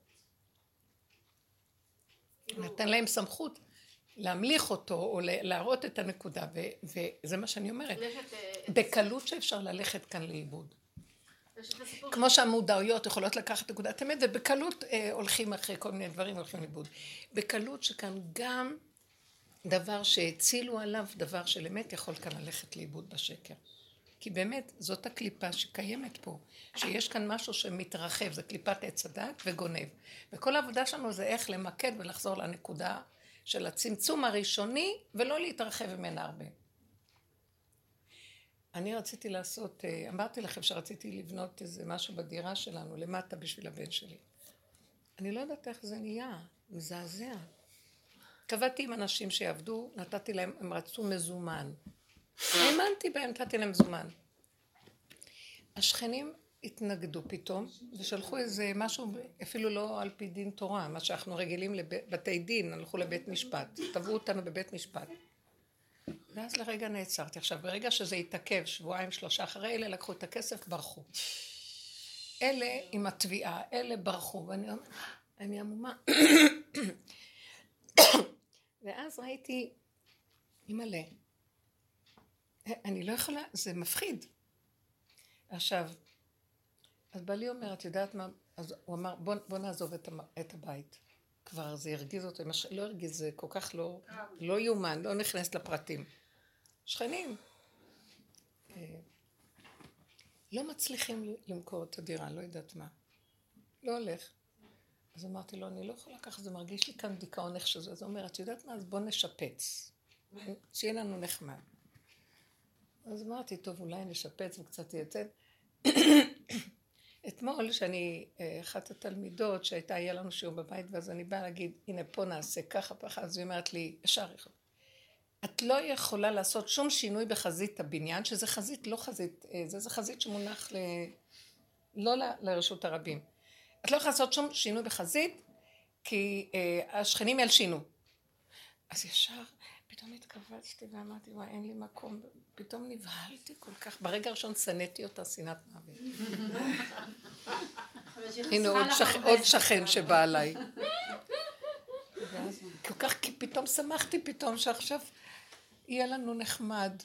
הוא נתן להם סמכות להמליך אותו או להראות את הנקודה, וזה מה שאני אומרת. בקלות שאפשר ללכת כאן לאיבוד. כמו שהמודעויות יכולות לקחת נקודת אמת, ובקלות הולכים אחרי כל מיני דברים, הולכים לאיבוד. בקלות שכאן גם דבר שהצילו עליו, דבר של אמת, יכול כאן ללכת לאיבוד בשקר. כי באמת זאת הקליפה שקיימת פה, שיש כאן משהו שמתרחב, זה קליפת עץ הדת וגונב. וכל העבודה שלנו זה איך למקד ולחזור לנקודה של הצמצום הראשוני, ולא להתרחב ממנה הרבה. אני רציתי לעשות, אמרתי לכם שרציתי לבנות איזה משהו בדירה שלנו, למטה בשביל הבן שלי. אני לא יודעת איך זה נהיה, מזעזע. קבעתי עם אנשים שיעבדו, נתתי להם, הם רצו מזומן. האמנתי בהם, נתתי להם מזומן. השכנים התנגדו פתאום, ושלחו איזה משהו, אפילו לא על פי דין תורה, מה שאנחנו רגילים לבתי דין, הלכו לבית משפט, תבעו אותנו בבית משפט. ואז לרגע נעצרתי. עכשיו, ברגע שזה יתעכב, שבועיים, שלושה אחרי, אלה לקחו את הכסף, ברחו. אלה עם התביעה, אלה ברחו, ואני אומרת, אני עמומה. ואז ראיתי, אימא'לה, אני לא יכולה, זה מפחיד. עכשיו, אז בעלי אומר, את יודעת מה, אז הוא אמר, בוא, בוא נעזוב את, את הבית. כבר זה הרגיז אותו, לא הרגיז, זה כל כך לא, לא יומן, לא נכנס לפרטים. שכנים. לא מצליחים למכור את הדירה, לא יודעת מה. לא הולך. אז אמרתי לו, אני לא יכולה ככה, זה מרגיש לי כאן דיכאון איך שזה. אז הוא אומר, את יודעת מה, אז בוא נשפץ. שיהיה לנו נחמד. אז אמרתי, טוב, אולי נשפץ וקצת יצאת. אתמול, שאני, אחת התלמידות שהייתה, היה לנו שיעור בבית, ואז אני באה להגיד, הנה פה נעשה ככה פחה, אז היא אומרת לי, ישר יכול. את לא יכולה לעשות שום שינוי בחזית הבניין, שזה חזית, לא חזית, זה, זה חזית שמונח ל... לא ל... לרשות הרבים. את לא יכולה לעשות שום שינוי בחזית, כי אה, השכנים ילשינו. אז ישר, פתאום התכווצתי ואמרתי, וואי, אין לי מקום. פתאום נבהלתי כל כך. ברגע הראשון שנאתי אותה, שנאת מוות. הנה עוד, שכ... עוד שכן שבא עליי. ואז, כל כך, כי פתאום שמחתי פתאום שעכשיו יהיה לנו נחמד.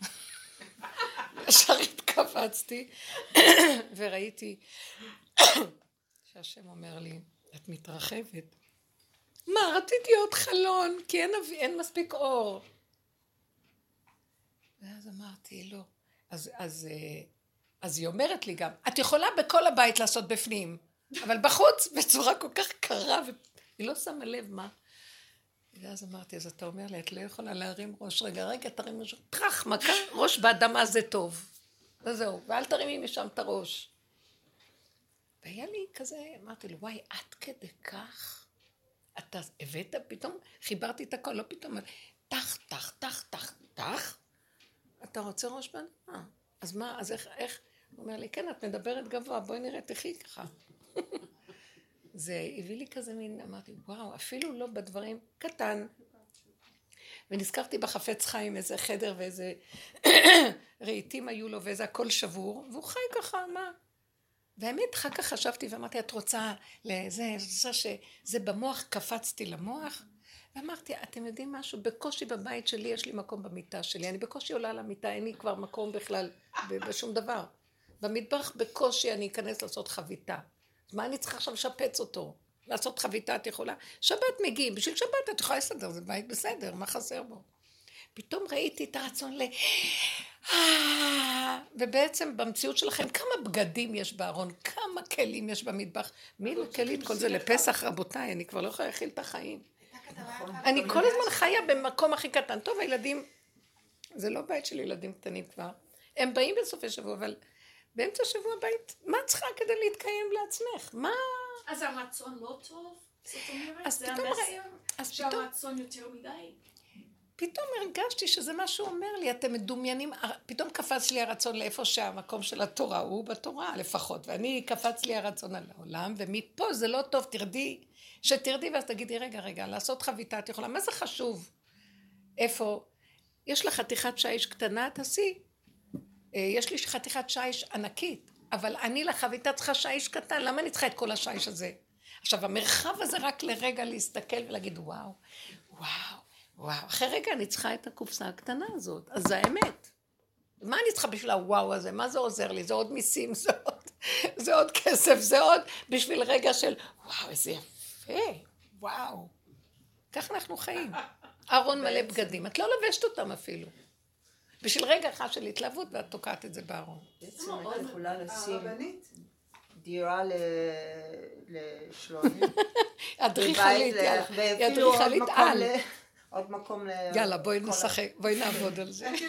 ישר התכווצתי וראיתי שהשם אומר לי, את מתרחבת. מה, רציתי עוד חלון, כי אין, אין מספיק אור. ואז אמרתי, לא. אז, אז, אז היא אומרת לי גם, את יכולה בכל הבית לעשות בפנים, אבל בחוץ בצורה כל כך קרה, והיא לא שמה לב מה. ואז אמרתי, אז אתה אומר לי, את לא יכולה להרים ראש, רגע, רגע, תרים ראש, טרח, מכה, ראש באדמה זה טוב. וזהו, ואל תרימי משם את הראש. והיה לי כזה, אמרתי לו, וואי, עד כדי כך, אתה הבאת, פתאום חיברתי את הכל, לא פתאום, תח, תח, תח, תח, תח, אתה רוצה ראש באדמה. אז מה, אז איך, איך? הוא אומר לי, כן, את מדברת גבוה, בואי נראה, תחי ככה. זה הביא לי כזה מין, אמרתי, וואו, אפילו לא בדברים קטן. ונזכרתי בחפץ חיים, איזה חדר ואיזה רהיטים היו לו, ואיזה הכל שבור, והוא חי ככה, מה? והאמת, אחר כך חשבתי ואמרתי, את רוצה לזה, זה שזה במוח, קפצתי למוח, ואמרתי, אתם יודעים משהו? בקושי בבית שלי יש לי מקום במיטה שלי, אני בקושי עולה למיטה, אין לי כבר מקום בכלל בשום דבר. במטבח בקושי אני אכנס לעשות חביתה. אז מה אני צריכה עכשיו לשפץ אותו? לעשות חביתה את יכולה? שבת מגיעים, בשביל שבת את יכולה לסדר, זה בית בסדר, מה חסר בו? פתאום ראיתי את הרצון ל... ובעצם במציאות שלכם, כמה בגדים יש בארון, כמה כלים יש במטבח, מי מקל את כל זה לפסח, רבותיי, אני כבר לא יכולה להכיל את החיים. אני כל הזמן חיה במקום הכי קטן. טוב, הילדים, זה לא בית של ילדים קטנים כבר, הם באים בסופי שבוע, אבל באמצע שבוע בית, מה צריכה כדי להתקיים לעצמך? מה?
אז הרצון לא טוב? זאת אומרת,
אז
זה
פתאום
המסר שהרצון יותר מדי?
פתאום הרגשתי שזה מה שהוא אומר לי, אתם מדומיינים, פתאום קפץ לי הרצון לאיפה שהמקום של התורה הוא בתורה לפחות, ואני קפץ לי הרצון על העולם, ומפה זה לא טוב, תרדי, שתרדי ואז תגידי, רגע, רגע, לעשות חביתה, את יכולה, מה זה חשוב? איפה, יש לה חתיכת שיש קטנה, תעשי. יש לי חתיכת שיש ענקית, אבל אני לחביתה צריכה שיש קטן, למה אני צריכה את כל השיש הזה? עכשיו, המרחב הזה רק לרגע להסתכל ולהגיד, וואו, וואו, וואו, אחרי רגע אני צריכה את הקופסה הקטנה הזאת, אז זה האמת. מה אני צריכה בשביל הוואו הזה? מה זה עוזר לי? זה עוד מיסים, זה עוד, זה עוד כסף, זה עוד בשביל רגע של, וואו, איזה יפה, וואו. כך אנחנו חיים. ארון מלא בגדים, את לא לובשת אותם אפילו. בשביל רגע אחד של התלהבות, ואת תוקעת את זה בארון.
בעצם את יכולה לשים דירה לשלומי.
אדריכלית, יאללה. היא אדריכלית על.
עוד מקום ל...
יאללה, בואי נשחק, בואי נעבוד על זה.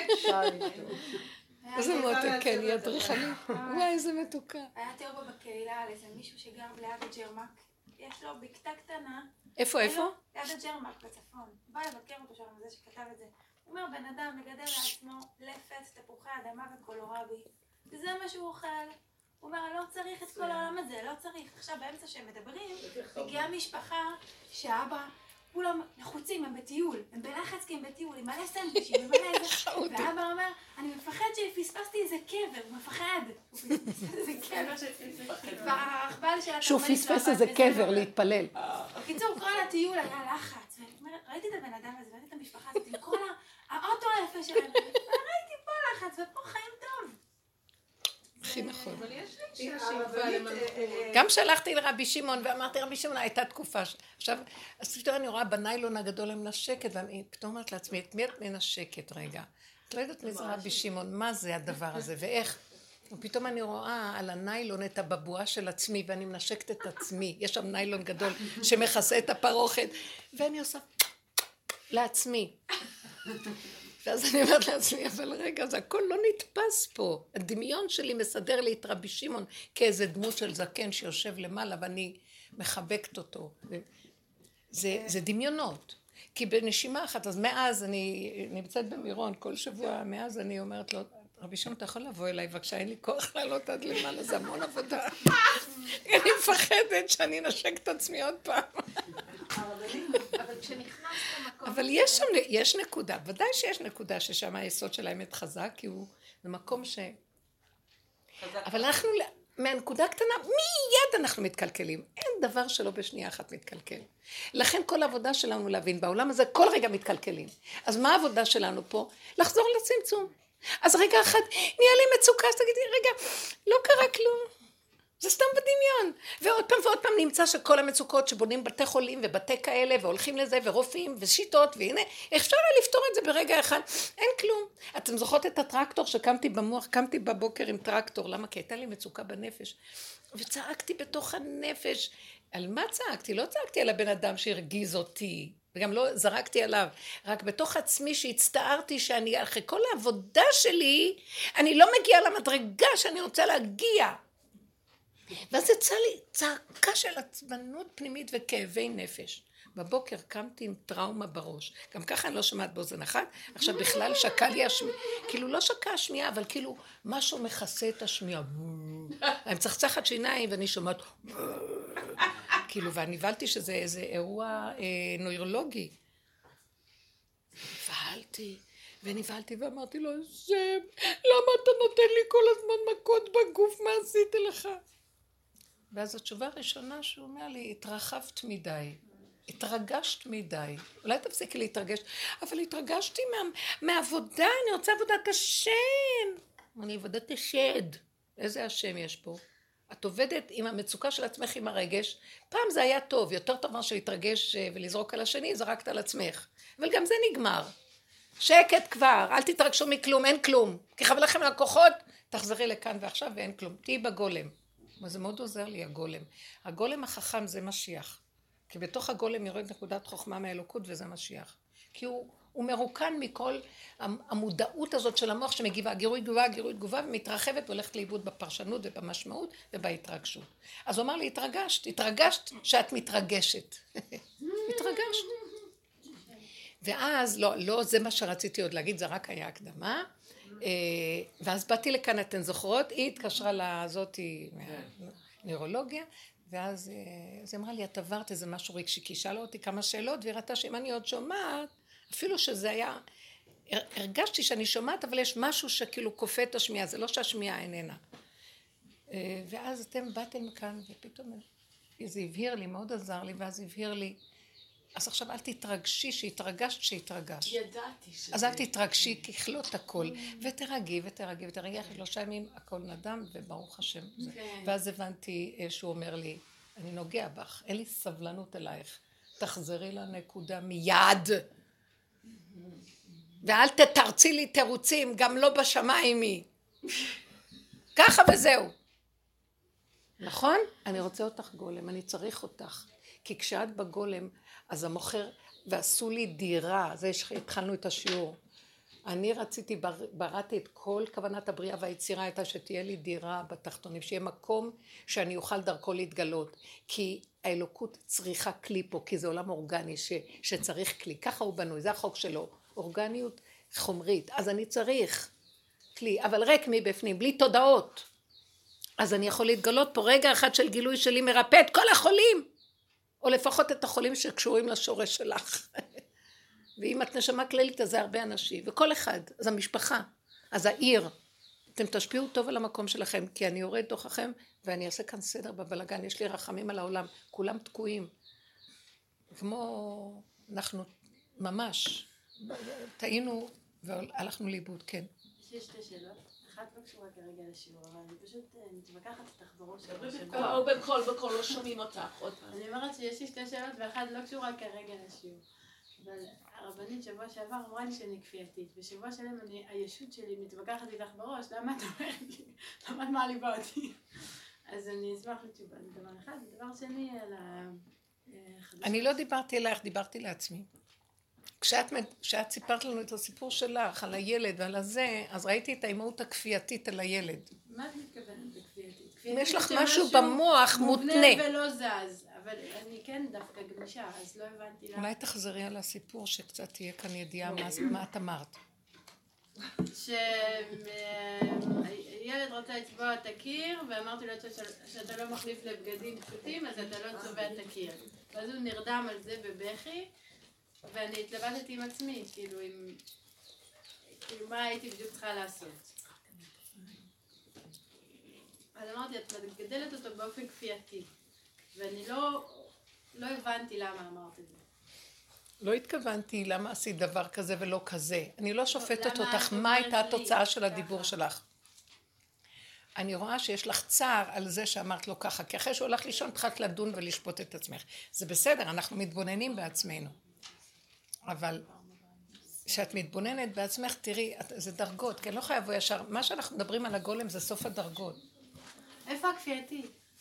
איזה מותק, כן, היא אדריכלית. וואי, איזה מתוקה.
היה תיאור בקהילה על איזה מישהו שגר ליד הג'רמק. יש לו בקתה קטנה.
איפה, איפה?
ליד הג'רמק בצפון. בא לבקר אותו שם, זה שכתב את זה. הוא אומר, בן אדם מגדל לעצמו לפת, תפוחי אדמה וקולורבי. וזה מה שהוא אוכל. הוא אומר, אני לא צריך את כל העולם הזה, לא צריך. עכשיו, באמצע שהם מדברים, הגיעה משפחה שאבא, כולם לחוצים, הם בטיול. הם בלחץ כי הם בטיול, עם מלא סנדווישים, עם מלא איזה... ואבא אומר, אני מפחד שפספסתי איזה קבר, הוא מפחד. הוא פספס איזה קבר. והרכבל של...
שהוא פספס איזה קבר להתפלל.
בקיצור, כל הטיול היה לחץ. ראיתי את הבן אדם הזה, ראיתי את המשפחה הזאת, עם כל האוטו היפה שלהם. ראיתי פה לחץ, ופה חיים טוב.
הכי נכון.
אבל יש לי אישה שהיא למנות.
גם שלחתי לרבי שמעון ואמרתי, רבי שמעון, הייתה תקופה. עכשיו, אז פתאום אני רואה בניילון הגדול המנשקת, ואני פתאום אומרת לעצמי, את מי את מנשקת רגע? את לא יודעת מי זה רבי שמעון, מה זה הדבר הזה, ואיך? ופתאום אני רואה על הניילון את הבבואה של עצמי, ואני מנשקת את עצמי. יש שם ניילון גדול שמכסה את הפרוכת, ואני עושה לעצמי. ואז אני אומרת לעצמי, אבל רגע, זה הכל לא נתפס פה. הדמיון שלי מסדר לי את רבי שמעון כאיזה דמות של זקן שיושב למעלה, ואני מחבקת אותו. זה, זה דמיונות. כי בנשימה אחת, אז מאז אני נמצאת במירון, כל שבוע, מאז אני אומרת לו, רבי שמעון, אתה יכול לבוא אליי, בבקשה, אין לי כוח לעלות עד למעלה, זה המון עבודה. אני מפחדת שאני נשק את עצמי עוד פעם.
אבל כשנכנס למקום...
אבל יש שם, יש נקודה, ודאי שיש נקודה ששם היסוד של האמת חזק, כי הוא, זה מקום ש... אבל אנחנו, מהנקודה הקטנה, מיד אנחנו מתקלקלים. אין דבר שלא בשנייה אחת מתקלקל. לכן כל העבודה שלנו להבין, בעולם הזה כל רגע מתקלקלים. אז מה העבודה שלנו פה? לחזור לצמצום. אז רגע אחד, נהיה לי מצוקה, אז תגידי, רגע, לא קרה כלום. זה סתם בדמיון. ועוד פעם ועוד פעם נמצא שכל המצוקות שבונים בתי חולים ובתי כאלה, והולכים לזה, ורופאים ושיטות, והנה, אפשר לפתור את זה ברגע אחד. אין כלום. אתם זוכרות את הטרקטור שקמתי במוח, קמתי בבוקר עם טרקטור. למה? כי הייתה לי מצוקה בנפש. וצעקתי בתוך הנפש. על מה צעקתי? לא צעקתי על הבן אדם שהרגיז אותי. וגם לא זרקתי עליו, רק בתוך עצמי שהצטערתי שאני, אחרי כל העבודה שלי, אני לא מגיעה למדרגה שאני רוצה להגיע. ואז יצא לי צעקה של עצבנות פנימית וכאבי נפש. בבוקר קמתי עם טראומה בראש. גם ככה אני לא שמעת באוזן אחת, עכשיו בכלל שקע לי השמיעה. כאילו לא שקע השמיעה, אבל כאילו משהו מכסה את השמיעה. אני מצחצחת שיניים ואני שומעת... כאילו, ואני הבלתי שזה איזה אירוע אה, נוירולוגי. נבהלתי, ונבהלתי ואמרתי לו, השם, למה אתה נותן לי כל הזמן מכות בגוף, מה עשיתי לך? ואז התשובה הראשונה שהוא אומר לי, התרחבת מדי, התרגשת מדי. אולי תפסיקי להתרגש, אבל התרגשתי מה, מהעבודה, אני רוצה עבודת השם. אני עבודת השד. איזה השם יש פה? את עובדת עם המצוקה של עצמך, עם הרגש. פעם זה היה טוב, יותר טוב מה שלהתרגש ולזרוק על השני, זרקת על עצמך. אבל גם זה נגמר. שקט כבר, אל תתרגשו מכלום, אין כלום. כי חבל לכם לקוחות, תחזרי לכאן ועכשיו ואין כלום. תהי בגולם. זה מאוד עוזר לי, הגולם. הגולם החכם זה משיח. כי בתוך הגולם יורד נקודת חוכמה מהאלוקות וזה משיח. כי הוא, הוא מרוקן מכל המודעות הזאת של המוח שמגיבה, גירוי תגובה, גירוי תגובה, ומתרחבת והולכת לאיבוד בפרשנות ובמשמעות ובהתרגשות. אז הוא אמר לי, התרגשת, התרגשת שאת מתרגשת. התרגשת. ואז, לא, לא, זה מה שרציתי עוד להגיד, זה רק היה הקדמה. ואז באתי לכאן, אתן זוכרות, היא התקשרה לזאת נוירולוגיה, ואז היא אמרה לי, את עברת איזה משהו רגשי, כי שאלה אותי כמה שאלות, והיא ראתה שאם אני עוד שומעת, אפילו שזה היה, הרגשתי שאני שומעת, אבל יש משהו שכאילו כופה את השמיעה, זה לא שהשמיעה איננה. ואז אתם באתם כאן, ופתאום זה הבהיר לי, מאוד עזר לי, ואז הבהיר לי, אז עכשיו אל תתרגשי, שהתרגשת, שהתרגשת.
ידעתי שזה...
אז אל תתרגשי, ככלות הכל, ותרגי, ותרגי, ותרגי, אחרי שלושה ימים הכל נדם, וברוך השם. ואז הבנתי שהוא אומר לי, אני נוגע בך, אין לי סבלנות אלייך, תחזרי לנקודה מיד, ואל תתרצי לי תירוצים, גם לא בשמיים היא. ככה וזהו. נכון? אני רוצה אותך גולם, אני צריך אותך. כי כשאת בגולם, אז המוכר, ועשו לי דירה, זה התחלנו את השיעור. אני רציתי, בראתי את כל כוונת הבריאה והיצירה הייתה שתהיה לי דירה בתחתונים, שיהיה מקום שאני אוכל דרכו להתגלות. כי האלוקות צריכה כלי פה, כי זה עולם אורגני ש, שצריך כלי. ככה הוא בנוי, זה החוק שלו. אורגניות חומרית. אז אני צריך כלי, אבל ריק מבפנים, בלי תודעות. אז אני יכול להתגלות פה רגע אחד של גילוי שלי מרפא את כל החולים. או לפחות את החולים שקשורים לשורש שלך. ואם את נשמה כללית, אז זה הרבה אנשים. וכל אחד, אז המשפחה, אז העיר. אתם תשפיעו טוב על המקום שלכם, כי אני יורד תוככם, ואני אעשה כאן סדר בבלגן. יש לי רחמים על העולם, כולם תקועים. כמו אנחנו ממש, טעינו והלכנו לאיבוד, כן.
יש לי שתי שאלות. אחת לא קשורה כרגע לשיעור, אבל אני פשוט מתווכחת איתך בראש.
או בקול, בקול, לא שומעים אותך.
אני אומרת שיש לי שתי שאלות, ואחת לא קשורה כרגע לשיעור. אבל הרבנית שבוע שעבר אמרה לי שאני כפייתית, ושבוע שלם אני, הישות שלי מתווכחת איתך בראש, למה את אומרת לי? למה את מעליבה אותי? אז אני אשמח לתשובה, זה דבר אחד. דבר שני, על החדשות.
אני לא דיברתי אלייך, דיברתי לעצמי. כשאת, כשאת סיפרת לנו את הסיפור שלך, על הילד ועל הזה, אז ראיתי את האימהות הכפייתית על הילד.
מה את מתכוונת בכפייתית?
אם יש לך משהו במוח מותנה.
מובנה ולא זז, אבל אני כן דווקא גמישה, אז לא הבנתי למה.
אולי תחזרי על הסיפור שקצת תהיה כאן ידיעה מה את אמרת.
שילד רוצה לצבוע את הקיר, ואמרתי לו שאתה לא מחליף לבגדים פשוטים, אז אתה לא צובע את הקיר. ואז הוא נרדם על זה בבכי, ואני התלבטתי עם עצמי, כאילו, עם... כאילו, מה הייתי בדיוק צריכה לעשות. אז אמרתי, את מגדלת אותו באופן כפייתי, ואני לא, לא הבנתי למה אמרת את זה.
לא התכוונתי למה עשית דבר כזה ולא כזה. אני לא שופטת אותך, מה הייתה התוצאה של הדיבור שלך. אני רואה שיש לך צער על זה שאמרת לו ככה, כי אחרי שהוא הולך לישון, התחלת לדון ולשפוט את עצמך. זה בסדר, אנחנו מתבוננים בעצמנו. אבל כשאת מתבוננת בעצמך, תראי, זה דרגות, כי אני לא חייב לבוא ישר. מה שאנחנו מדברים על הגולם זה סוף הדרגות.
איפה הכפייתי?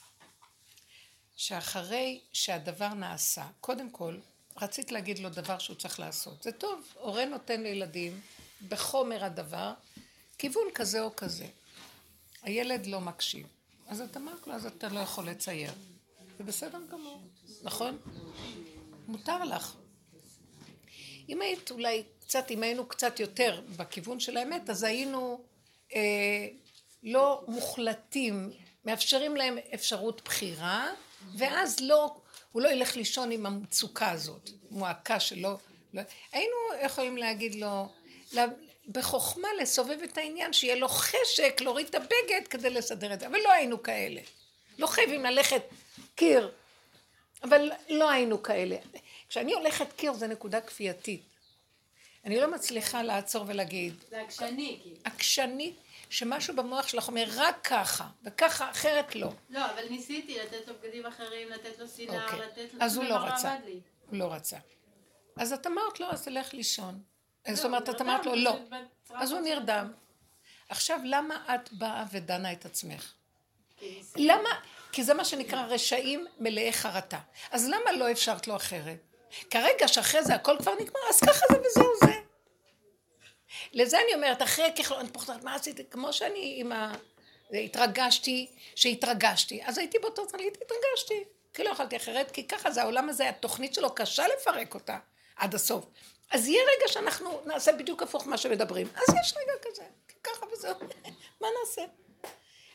שאחרי שהדבר נעשה, קודם כל, רצית להגיד לו דבר שהוא צריך לעשות. זה טוב, הורה נותן לילדים בחומר הדבר, כיוון כזה או כזה. הילד לא מקשיב. אז אתה אמרת לו, אז אתה לא יכול לצייר. זה בסדר גמור, נכון? מותר לך. אם היית אולי קצת, אם היינו קצת יותר בכיוון של האמת, אז היינו אה, לא מוחלטים, מאפשרים להם אפשרות בחירה, ואז לא, הוא לא ילך לישון עם המצוקה הזאת, מועקה שלו. לא, היינו יכולים להגיד לו, בחוכמה לסובב את העניין, שיהיה לו חשק, להוריד את הבגד כדי לסדר את זה, אבל לא היינו כאלה. לא חייבים ללכת קיר, אבל לא היינו כאלה. כשאני הולכת קיר זה נקודה כפייתית. אני לא מצליחה לעצור ולהגיד.
זה עקשני, כאילו.
עקשני, שמשהו במוח שלך אומר רק ככה, וככה אחרת לא.
לא, אבל ניסיתי לתת לו בגדים אחרים, לתת לו סינר,
אוקיי.
לתת לו...
אז הוא לא רצה.
לי.
הוא לא רצה. אז את אמרת לו, אז תלך לישון. זאת
לא,
אומרת,
הוא
את אמרת לו,
נרדם,
לא.
פשוט בצורה
אז הוא
חופשית.
נרדם. עכשיו, למה את באה ודנה את עצמך?
כי ניסיתי.
למה? כי זה מה שנקרא רשעים מלאי חרטה. אז למה לא אפשרת לו אחרת? כרגע שאחרי זה הכל כבר נגמר, אז ככה זה וזהו זה. לזה אני אומרת, אחרי ככלו, אני פוחדת, מה עשיתי? כמו שאני עם ה... התרגשתי, שהתרגשתי. אז הייתי באותו זמן, התרגשתי. כי לא יכולתי אחרת, כי ככה זה, העולם הזה, התוכנית שלו קשה לפרק אותה עד הסוף. אז יהיה רגע שאנחנו נעשה בדיוק הפוך מה שמדברים. אז יש רגע כזה, ככה וזהו. מה נעשה?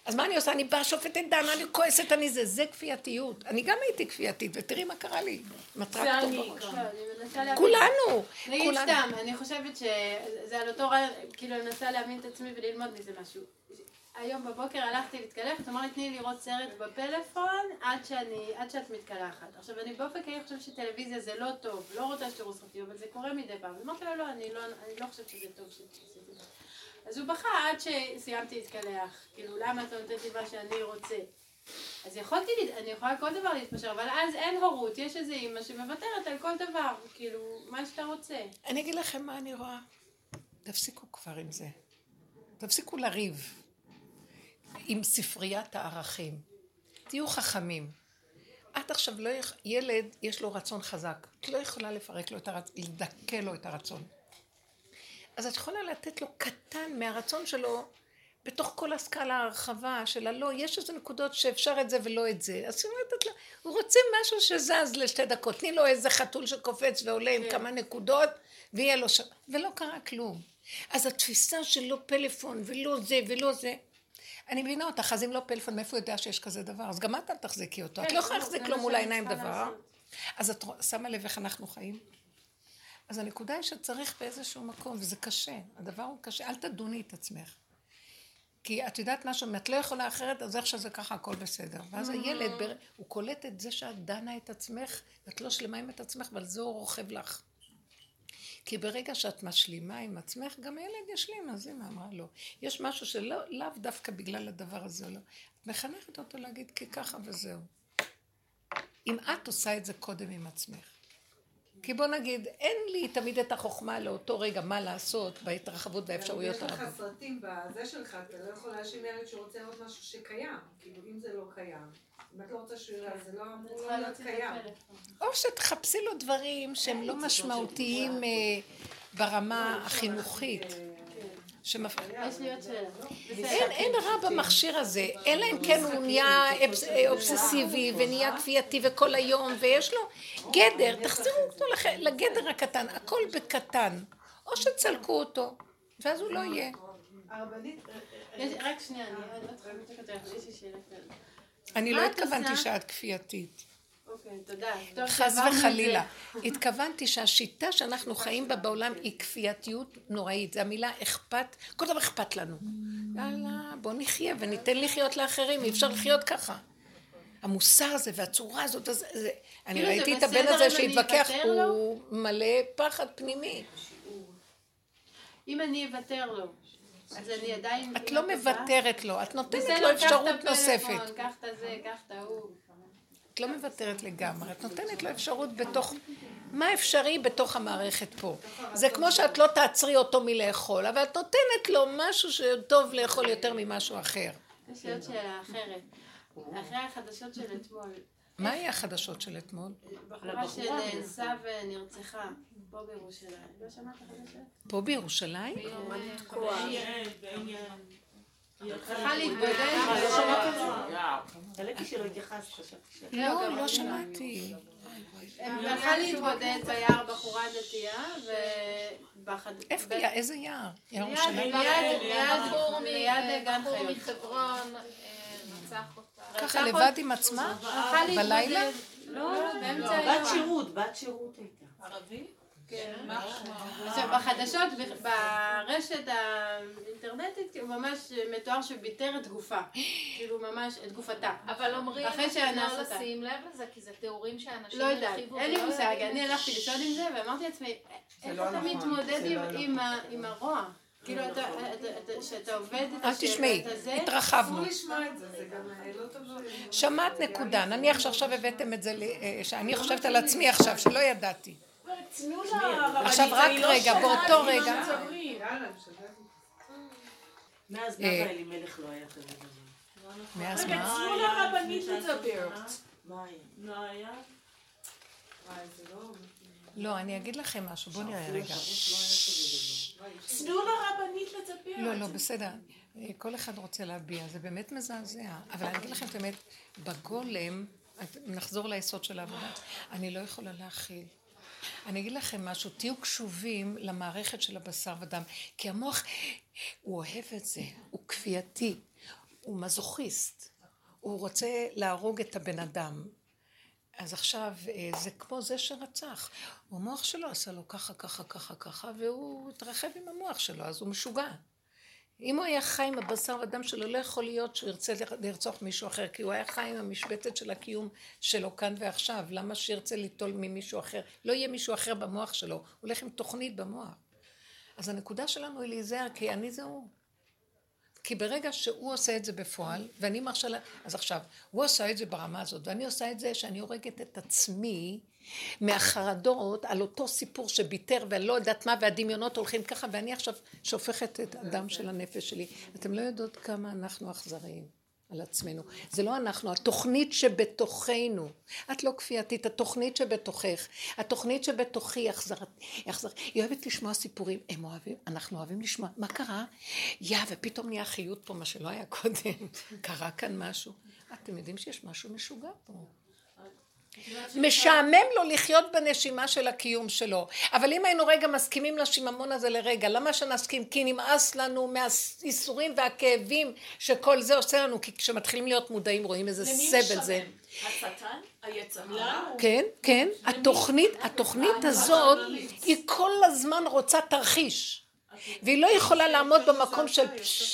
אז מה אני עושה? אני באה שופטת דנה, אני כועסת, אני זה, זה כפייתיות. אני גם הייתי כפייתית, ותראי מה קרה לי. מטרה כתוב בראש. כולנו.
נגיד סתם, אני חושבת שזה על אותו רעיון, כאילו אני מנסה להבין את עצמי וללמוד מזה משהו. היום בבוקר הלכתי להתקלח, את אמרה לי תני לי לראות סרט בפלאפון עד שאני, עד שאת מתקלחת. עכשיו אני באופן כלל חושבת שטלוויזיה זה לא טוב, לא רוצה שתראו סרטים, אבל זה קורה מדי פעם. אמרתי לו לא, אני לא, אני לא חושבת שזה טוב שעשיתי זה. אז הוא בכה עד שסיימתי להתקלח, כאילו למה אתה נותנת לי מה שאני רוצה? אז יכולתי, אני יכולה כל דבר להתפשר, אבל אז אין הורות, יש איזו אימא שמוותרת על כל דבר, כאילו מה שאתה רוצה.
אני אגיד לכם מה אני רואה. תפסיקו כבר עם זה. תפסיקו לריב. עם ספריית הערכים. תהיו חכמים. את עכשיו לא יכ... ילד יש לו רצון חזק. את לא יכולה לפרק לו את הרצון, לדכא לו את הרצון. אז את יכולה לתת לו קטן מהרצון שלו, בתוך כל הסקאלה הרחבה של הלא, יש איזה נקודות שאפשר את זה ולא את זה. אז הוא לתת לו, הוא רוצה משהו שזז לשתי דקות. תני לו איזה חתול שקופץ ועולה עם כמה נקודות, ויהיה לו שם. ולא קרה כלום. אז התפיסה של לא פלאפון ולא זה ולא זה, אני מבינה אותך, אז אם לא פלאפון, מאיפה יודע שיש כזה דבר? אז גם את אל תחזיקי אותו. את לא יכולה להחזיק לו מול העיניים דבר. אז את שמה לב איך אנחנו חיים? אז הנקודה היא שצריך באיזשהו מקום, וזה קשה. הדבר הוא קשה, אל תדוני את עצמך. כי את יודעת משהו, אם את לא יכולה אחרת, אז איך שזה ככה, הכל בסדר. ואז הילד, הוא קולט את זה שאת דנה את עצמך, ואת לא שלמה עם את עצמך, ועל זה הוא רוכב לך. כי ברגע שאת משלימה עם עצמך, גם הילד ישלים, אז אמא אמרה לו. יש משהו שלא, לאו דווקא בגלל הדבר הזה, לא. את מחנכת אותו להגיד כי ככה וזהו. אם את עושה את זה קודם עם עצמך. כי בוא נגיד, אין לי תמיד את החוכמה לאותו רגע מה לעשות בהתרחבות והאפשרויות הרבות.
יש לך סרטים בזה שלך, אתה לא יכול להאשים ילד שרוצה לראות משהו שקיים. כאילו, אם זה לא קיים. אם את לא רוצה שהוא יראה, זה לא אמור לא להיות קיים.
או שתחפשי לו דברים שהם לא משמעותיים ברמה החינוכית. אין רע במכשיר הזה, אלא אם כן הוא נהיה אובססיבי ונהיה כפייתי וכל היום ויש לו גדר, תחזירו אותו לגדר הקטן, הכל בקטן, או שצלקו אותו ואז הוא לא יהיה.
רק שנייה, אני לא צריכה לתקתך, יש לי שאלה כאלה.
אני לא התכוונתי שאת כפייתית.
אוקיי, תודה.
חס וחלילה. התכוונתי שהשיטה שאנחנו חיים בה בעולם היא כפייתיות נוראית. זו המילה אכפת, כל דבר אכפת לנו. יאללה, בוא נחיה וניתן לחיות לאחרים, אי אפשר לחיות ככה. המוסר הזה והצורה הזאת, אני ראיתי את הבן הזה שהתווכח, הוא מלא פחד פנימי.
אם אני אוותר לו, אז אני עדיין...
את לא מוותרת לו, את נותנת לו אפשרות נוספת.
קח את זה, קח את ההוא.
את לא מוותרת לגמרי, את נותנת לו אפשרות בתוך, מה אפשרי בתוך המערכת פה. זה כמו שאת לא תעצרי אותו מלאכול, אבל את נותנת לו משהו שטוב לאכול יותר ממשהו אחר.
יש לי עוד שאלה אחרת. אחרי החדשות של אתמול.
מה היה החדשות של אתמול?
בחורה שנאנסה ונרצחה פה בירושלים. לא שמעת החדשות?
פה בירושלים?
צריכה להתבודד.
חלקתי שלא התייחס, חשבתי ש...
לא, לא שמעתי.
הלכה להתבודד ביער בחורה דתייה ובחד...
איפה היה? איזה יער? ירושלים?
ליד גן חיות.
מחברון רצח אותה.
ככה לבד עם עצמה? בלילה?
לא, באמצע
בת
היום.
שירות, בת שירות הייתה.
ערבי?
כן. עכשיו בחדשות, ברשת האינטרנטית, הוא ממש מתואר שביטר את גופה. כאילו ממש את גופתה.
אבל אומרים
אחרי שאנס
לא
אותה.
לשים לב לזה, כי זה תיאורים שאנשים
לא יודעת,
הרחיבו
אין לי
ולא
מושג,
יודעים.
אני הלכתי לשאול עם זה ואמרתי לעצמי, איך
לא
אתה
נכון,
מתמודד
זה
עם-
לא
עם ה- עם הרוע? כאילו אתה, אתה- אתה- שאתה עובד את
אל תשמעי,
הזה,
התרחבנו.
לשמוע את זה, זה גם לא טוב.
שמעת נקודה, נניח שעכשיו הבאתם את זה, ל- אה, שאני חושבת על עצמי עכשיו, שלא ידעתי.
תנו לה,
עכשיו רק רגע, באותו רגע.
מאז נאווה אלימלך לא היה כזה דבר.
מאז
רגע,
מה?
תנו לרבנית לדבר.
מה היה?
לא היה?
וואי, זה לא...
לא, אני אגיד לכם משהו, בואו נראה רגע.
תנו לרבנית לדבר.
לא, לא, בסדר. כל אחד רוצה להביע, זה באמת מזעזע. אבל אני אגיד לכם את האמת, בגולם, נחזור ליסוד של העבודה, אני לא יכולה להכיל. אני אגיד לכם משהו, תהיו קשובים למערכת של הבשר ודם, כי המוח, הוא אוהב את זה, הוא כפייתי. הוא מזוכיסט, הוא רוצה להרוג את הבן אדם. אז עכשיו זה כמו זה שרצח, המוח שלו עשה לו ככה, ככה, ככה, ככה, והוא התרחב עם המוח שלו, אז הוא משוגע. אם הוא היה חי עם הבשר והדם שלו, לא יכול להיות שהוא ירצה לרצוח מישהו אחר, כי הוא היה חי עם המשבצת של הקיום שלו כאן ועכשיו. למה שירצה ליטול ממישהו אחר? לא יהיה מישהו אחר במוח שלו, הוא הולך עם תוכנית במוח. אז הנקודה שלנו היא להיזהר, כי אני זה הוא. כי ברגע שהוא עושה את זה בפועל, ואני מרשה לה, אז עכשיו, הוא עושה את זה ברמה הזאת, ואני עושה את זה שאני הורגת את עצמי מהחרדות על אותו סיפור שביטר ולא יודעת מה, והדמיונות הולכים ככה, ואני עכשיו שופכת את הדם של הנפש שלי. אתם לא יודעות כמה אנחנו אכזריים על עצמנו. זה לא אנחנו, התוכנית שבתוכנו. את לא כפייתית, התוכנית שבתוכך. התוכנית שבתוכי אכזרת, אכזרת. היא אוהבת לשמוע סיפורים. הם אוהבים, אנחנו אוהבים לשמוע. מה קרה? יא, ופתאום נהיה חיות פה, מה שלא היה קודם. קרה כאן משהו. אתם יודעים שיש משהו משוגע פה. משעמם לו לחיות בנשימה של הקיום שלו. אבל אם היינו רגע מסכימים לשיממון הזה לרגע, למה שנסכים? כי נמאס לנו מהאיסורים והכאבים שכל זה עושה לנו, כי כשמתחילים להיות מודעים רואים איזה סבל זה.
השטן, היצר.
כן, כן. התוכנית, התוכנית הזאת היא כל הזמן רוצה תרחיש. והיא לא יכולה לעמוד במקום של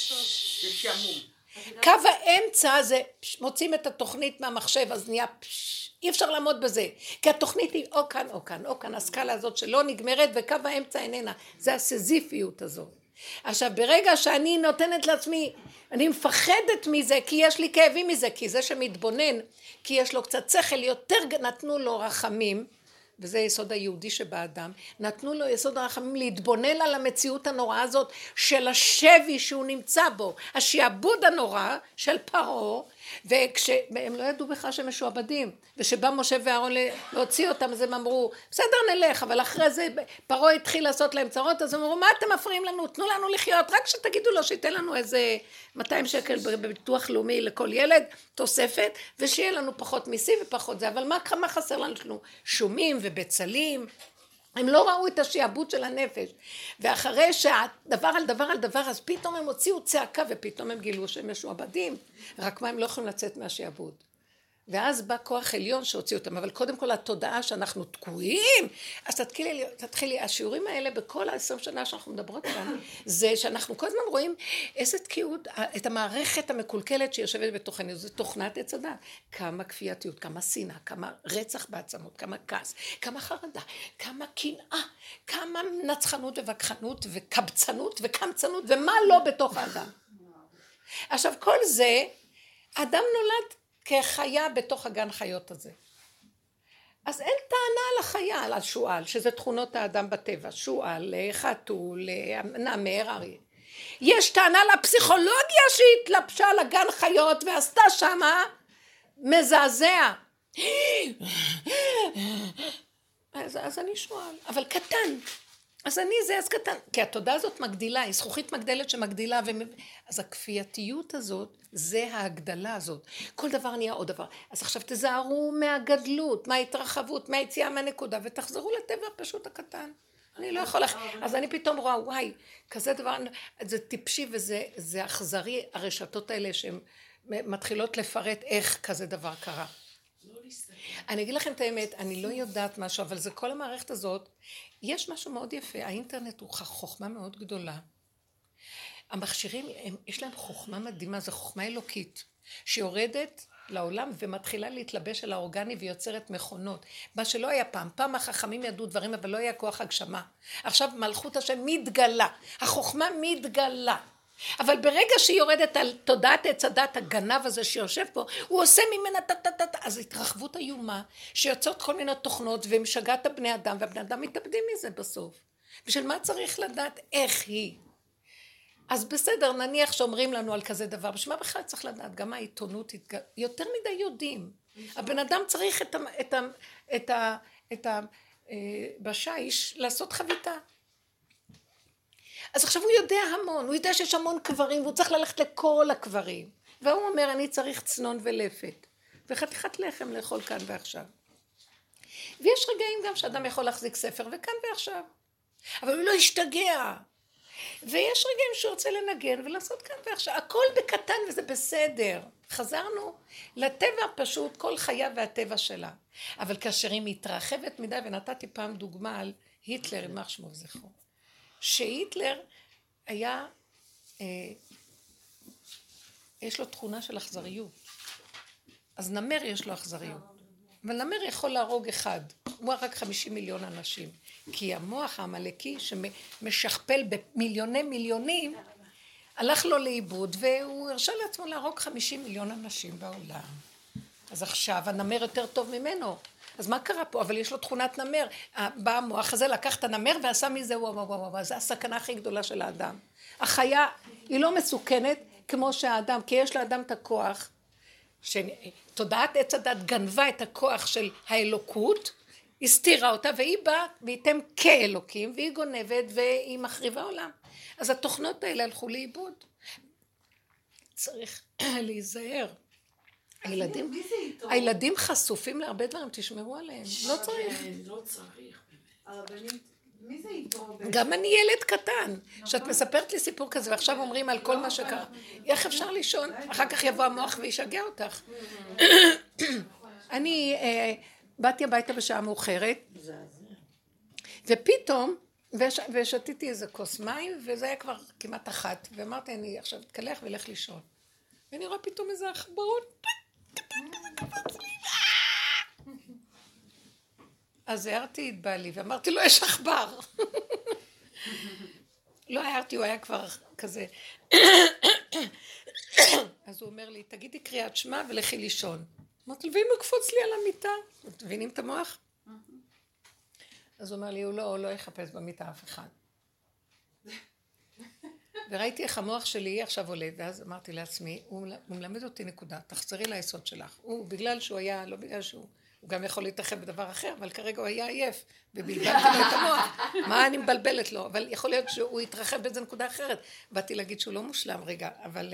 קו האמצע זה, מוצאים את התוכנית מהמחשב, אז נהיה אי אפשר לעמוד בזה, כי התוכנית היא או כאן או כאן, או כאן, הסקאלה הזאת שלא נגמרת, וקו האמצע איננה, זה הסזיפיות הזאת. עכשיו, ברגע שאני נותנת לעצמי, אני מפחדת מזה, כי יש לי כאבים מזה, כי זה שמתבונן, כי יש לו קצת שכל, יותר נתנו לו רחמים, וזה יסוד היהודי שבאדם, נתנו לו יסוד הרחמים להתבונן על המציאות הנוראה הזאת של השבי שהוא נמצא בו, השעבוד הנורא של פרעה, וכשהם לא ידעו בכלל שהם משועבדים, ושבא משה ואהרון להוציא אותם, אז הם אמרו, בסדר נלך, אבל אחרי זה פרעה התחיל לעשות להם צרות, אז הם אמרו, מה אתם מפריעים לנו? תנו לנו לחיות, רק שתגידו לו שייתן לנו איזה מאתיים שקל בביטוח לאומי לכל ילד, תוספת, ושיהיה לנו פחות מיסי ופחות זה, אבל מה, מה חסר לנו? שומים ובצלים, הם לא ראו את השעבוד של הנפש, ואחרי שהדבר על דבר על דבר, אז פתאום הם הוציאו צעקה, ופתאום הם גילו שהם משועבדים, רק מה הם לא יכולים לצאת מהשעבוד. ואז בא כוח עליון שהוציא אותם, אבל קודם כל התודעה שאנחנו תקועים, אז תתחילי, תתחילי, השיעורים האלה בכל העשרים שנה שאנחנו מדברות כאן, זה שאנחנו כל הזמן רואים איזה תקיעות, את המערכת המקולקלת שיושבת בתוכנו, זה תוכנת עץ הדת, כמה כפייתיות, כמה שנאה, כמה רצח בעצמות, כמה כעס, כמה חרדה, כמה קנאה, כמה נצחנות ובקחנות וקבצנות וקמצנות, ומה לא בתוך האדם. עכשיו כל זה, האדם נולד כחיה בתוך הגן חיות הזה. אז אין טענה על החיה, על השועל, שזה תכונות האדם בטבע, שועל, חתול, נמר, אריה. יש טענה לפסיכולוגיה שהתלבשה לגן חיות ועשתה שמה מזעזע. אז, אז אני שועל, אבל קטן. אז אני זה אז קטן, כי התודעה הזאת מגדילה, היא זכוכית מגדלת שמגדילה, ו... אז הכפייתיות הזאת, זה ההגדלה הזאת. כל דבר נהיה עוד דבר. אז עכשיו תזהרו מהגדלות, מההתרחבות, מהיציאה מהנקודה, ותחזרו לטבע פשוט הקטן. אני לא יכולה, אז אני פתאום רואה, וואי, כזה דבר, זה טיפשי וזה אכזרי, הרשתות האלה שהן מתחילות לפרט איך כזה דבר קרה. אני אגיד לכם את האמת, אני לא יודעת משהו, אבל זה כל המערכת הזאת, יש משהו מאוד יפה, האינטרנט הוא חוכמה מאוד גדולה. המכשירים, הם, יש להם חוכמה מדהימה, זו חוכמה אלוקית, שיורדת לעולם ומתחילה להתלבש על האורגני ויוצרת מכונות. מה שלא היה פעם, פעם החכמים ידעו דברים, אבל לא היה כוח הגשמה. עכשיו מלכות השם מתגלה, החוכמה מתגלה. אבל ברגע שהיא יורדת על תודעת עץ הדת, הגנב הזה שיושב פה, הוא עושה ממנה טטטט, אז התרחבות איומה, שיוצאות כל מיני תוכנות, ומשגעת הבני אדם, והבני אדם מתאבדים מזה בסוף. בשביל מה צריך לדעת איך היא? אז בסדר, נניח שאומרים לנו על כזה דבר, בשביל מה בכלל צריך לדעת? גם העיתונות, יותר מדי יודעים. הבן אדם צריך את ה... את ה... את ה... את ה... בשיש לעשות חביתה. אז עכשיו הוא יודע המון, הוא יודע שיש המון קברים, והוא צריך ללכת לכל הקברים. והוא אומר, אני צריך צנון ולפת, וחתיכת לחם לאכול כאן ועכשיו. ויש רגעים גם שאדם יכול להחזיק ספר, וכאן ועכשיו. אבל הוא לא ישתגע. ויש רגעים שהוא רוצה לנגן ולעשות כאן ועכשיו, הכל בקטן וזה בסדר. חזרנו לטבע פשוט, כל חיה והטבע שלה. אבל כאשר היא מתרחבת מדי, ונתתי פעם דוגמה על היטלר, יימח שמו וזכרו, שהיטלר היה, אה, יש לו תכונה של אכזריות. אז נמר יש לו אכזריות. אבל נמר יכול להרוג אחד, הוא רק חמישים מיליון אנשים. כי המוח העמלקי שמשכפל במיליוני מיליונים, הלך לו לאיבוד, והוא הרשה לעצמו להרוג חמישים מיליון אנשים בעולם. אז עכשיו הנמר יותר טוב ממנו. אז מה קרה פה? אבל יש לו תכונת נמר. בא המוח הזה, לקח את הנמר ועשה מזה וואו וואו וואו. זה הסכנה הכי גדולה של האדם. החיה היא לא מסוכנת כמו שהאדם, כי יש לאדם את הכוח, שתודעת עץ הדת גנבה את הכוח של האלוקות, הסתירה אותה, והיא באה והייתם כאלוקים, והיא גונבת והיא מחריבה עולם. אז התוכנות האלה הלכו לאיבוד. צריך להיזהר. הילדים, הילדים חשופים להרבה דברים, תשמרו עליהם. לא צריך.
לא צריך.
מי זה איתו?
גם אני ילד קטן, שאת מספרת לי סיפור כזה, ועכשיו אומרים על כל מה שקרה. איך אפשר לישון? אחר כך יבוא המוח וישגע אותך. אני באתי הביתה בשעה מאוחרת, ופתאום, ושתיתי איזה כוס מים, וזה היה כבר כמעט אחת, ואמרתי, אני עכשיו אתקלח ולך לישון. ואני רואה פתאום איזה עכברון, אז הערתי את בעלי, ואמרתי לו, יש עכבר. לא הערתי, הוא היה כבר כזה. אז הוא אומר לי, תגידי קריאת שמע ולכי לישון. אמרתי לו, ואם הוא קפוץ לי על המיטה? מבינים את המוח? אז הוא אומר לי, הוא לא, הוא לא יחפש במיטה אף אחד. וראיתי איך המוח שלי עכשיו עולה, ואז אמרתי לעצמי, הוא מלמד אותי נקודה, תחזרי ליסוד שלך. הוא, בגלל שהוא היה, לא בגלל שהוא, הוא גם יכול להתרחב בדבר אחר, אבל כרגע הוא היה עייף, ובלבלתי לו את המוח. מה אני מבלבלת לו? אבל יכול להיות שהוא יתרחב באיזה נקודה אחרת. באתי להגיד שהוא לא מושלם רגע, אבל...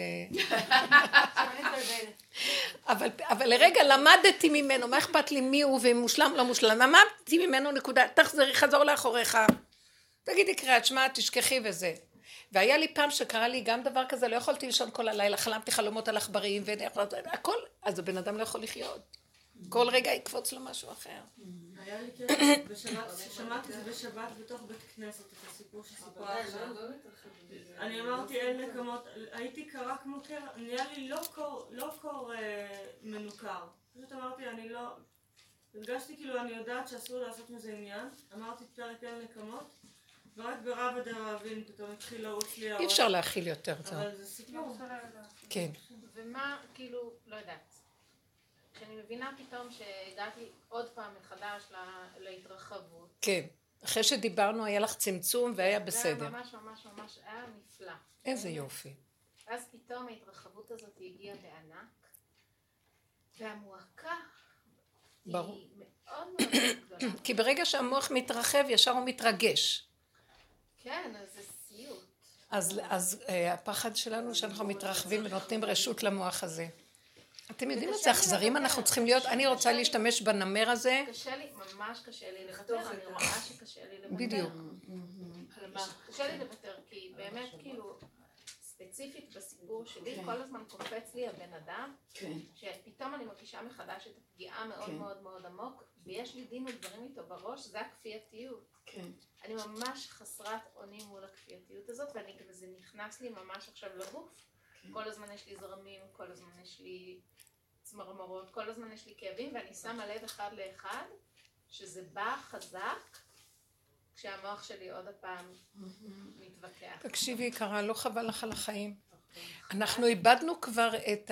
אבל, אבל לרגע למדתי ממנו, מה אכפת לי מי הוא ומושלם לא מושלם? למדתי ממנו נקודה, תחזרי, חזור לאחוריך. תגידי קריאת שמע, תשכחי וזה. והיה לי פעם שקרה לי גם דבר כזה, לא יכולתי לישון כל הלילה, חלמתי חלומות על עכברים והכל, אז הבן אדם לא יכול לחיות. כל רגע יקפוץ לו משהו אחר.
היה לי קטע בשבת, שמעתי את זה בשבת בתוך בית כנסת, את הסיפור שסיפרה עכשיו. אני אמרתי אין נקמות, הייתי קרה כמו קרע, נהיה לי לא קור מנוכר. פשוט אמרתי אני לא, הרגשתי כאילו אני יודעת שאסור לעשות מזה עניין, אמרתי פרק אין נקמות. ורק ברב הדרבים פתאום התחיל לרוץ לי הראש.
אי אפשר להכיל יותר, זהו.
אבל זה סיפור.
כן.
ומה, כאילו, לא יודעת. כשאני מבינה פתאום שהגעתי עוד פעם מחדש להתרחבות.
כן. אחרי שדיברנו היה לך צמצום והיה בסדר.
זה היה ממש ממש ממש, היה נפלא.
איזה יופי.
אז פתאום ההתרחבות הזאת הגיעה בענק, והמועקה היא מאוד מאוד גדולה.
כי ברגע שהמוח מתרחב ישר הוא מתרגש.
כן, אז זה סיוט.
אז, אז הפחד שלנו שאנחנו מתרחבים ונותנים רשות למוח הזה. אתם יודעים מה זה אכזרים אנחנו צריכים להיות? אני רוצה להשתמש בנמר הזה.
קשה לי, ממש קשה לי לוותר, אני רואה שקשה לי לוותר.
בדיוק.
קשה לי לוותר, כי באמת כאילו, ספציפית בסיפור שלי, כל הזמן קופץ לי הבן אדם, שפתאום אני מרגישה מחדש את הפגיעה מאוד מאוד מאוד עמוק, ויש לי דין ודברים איתו בראש, זה הכפייתיות. אני ממש חסרת אונים מול הכפייתיות הזאת, וזה נכנס לי ממש עכשיו לגוף. כל הזמן יש לי זרמים, כל הזמן יש לי צמרמרות, כל הזמן יש לי כאבים, ואני שמה לב אחד לאחד, שזה בא חזק, כשהמוח שלי עוד הפעם מתווכח.
תקשיבי יקרה, לא חבל לך על החיים. אנחנו איבדנו כבר את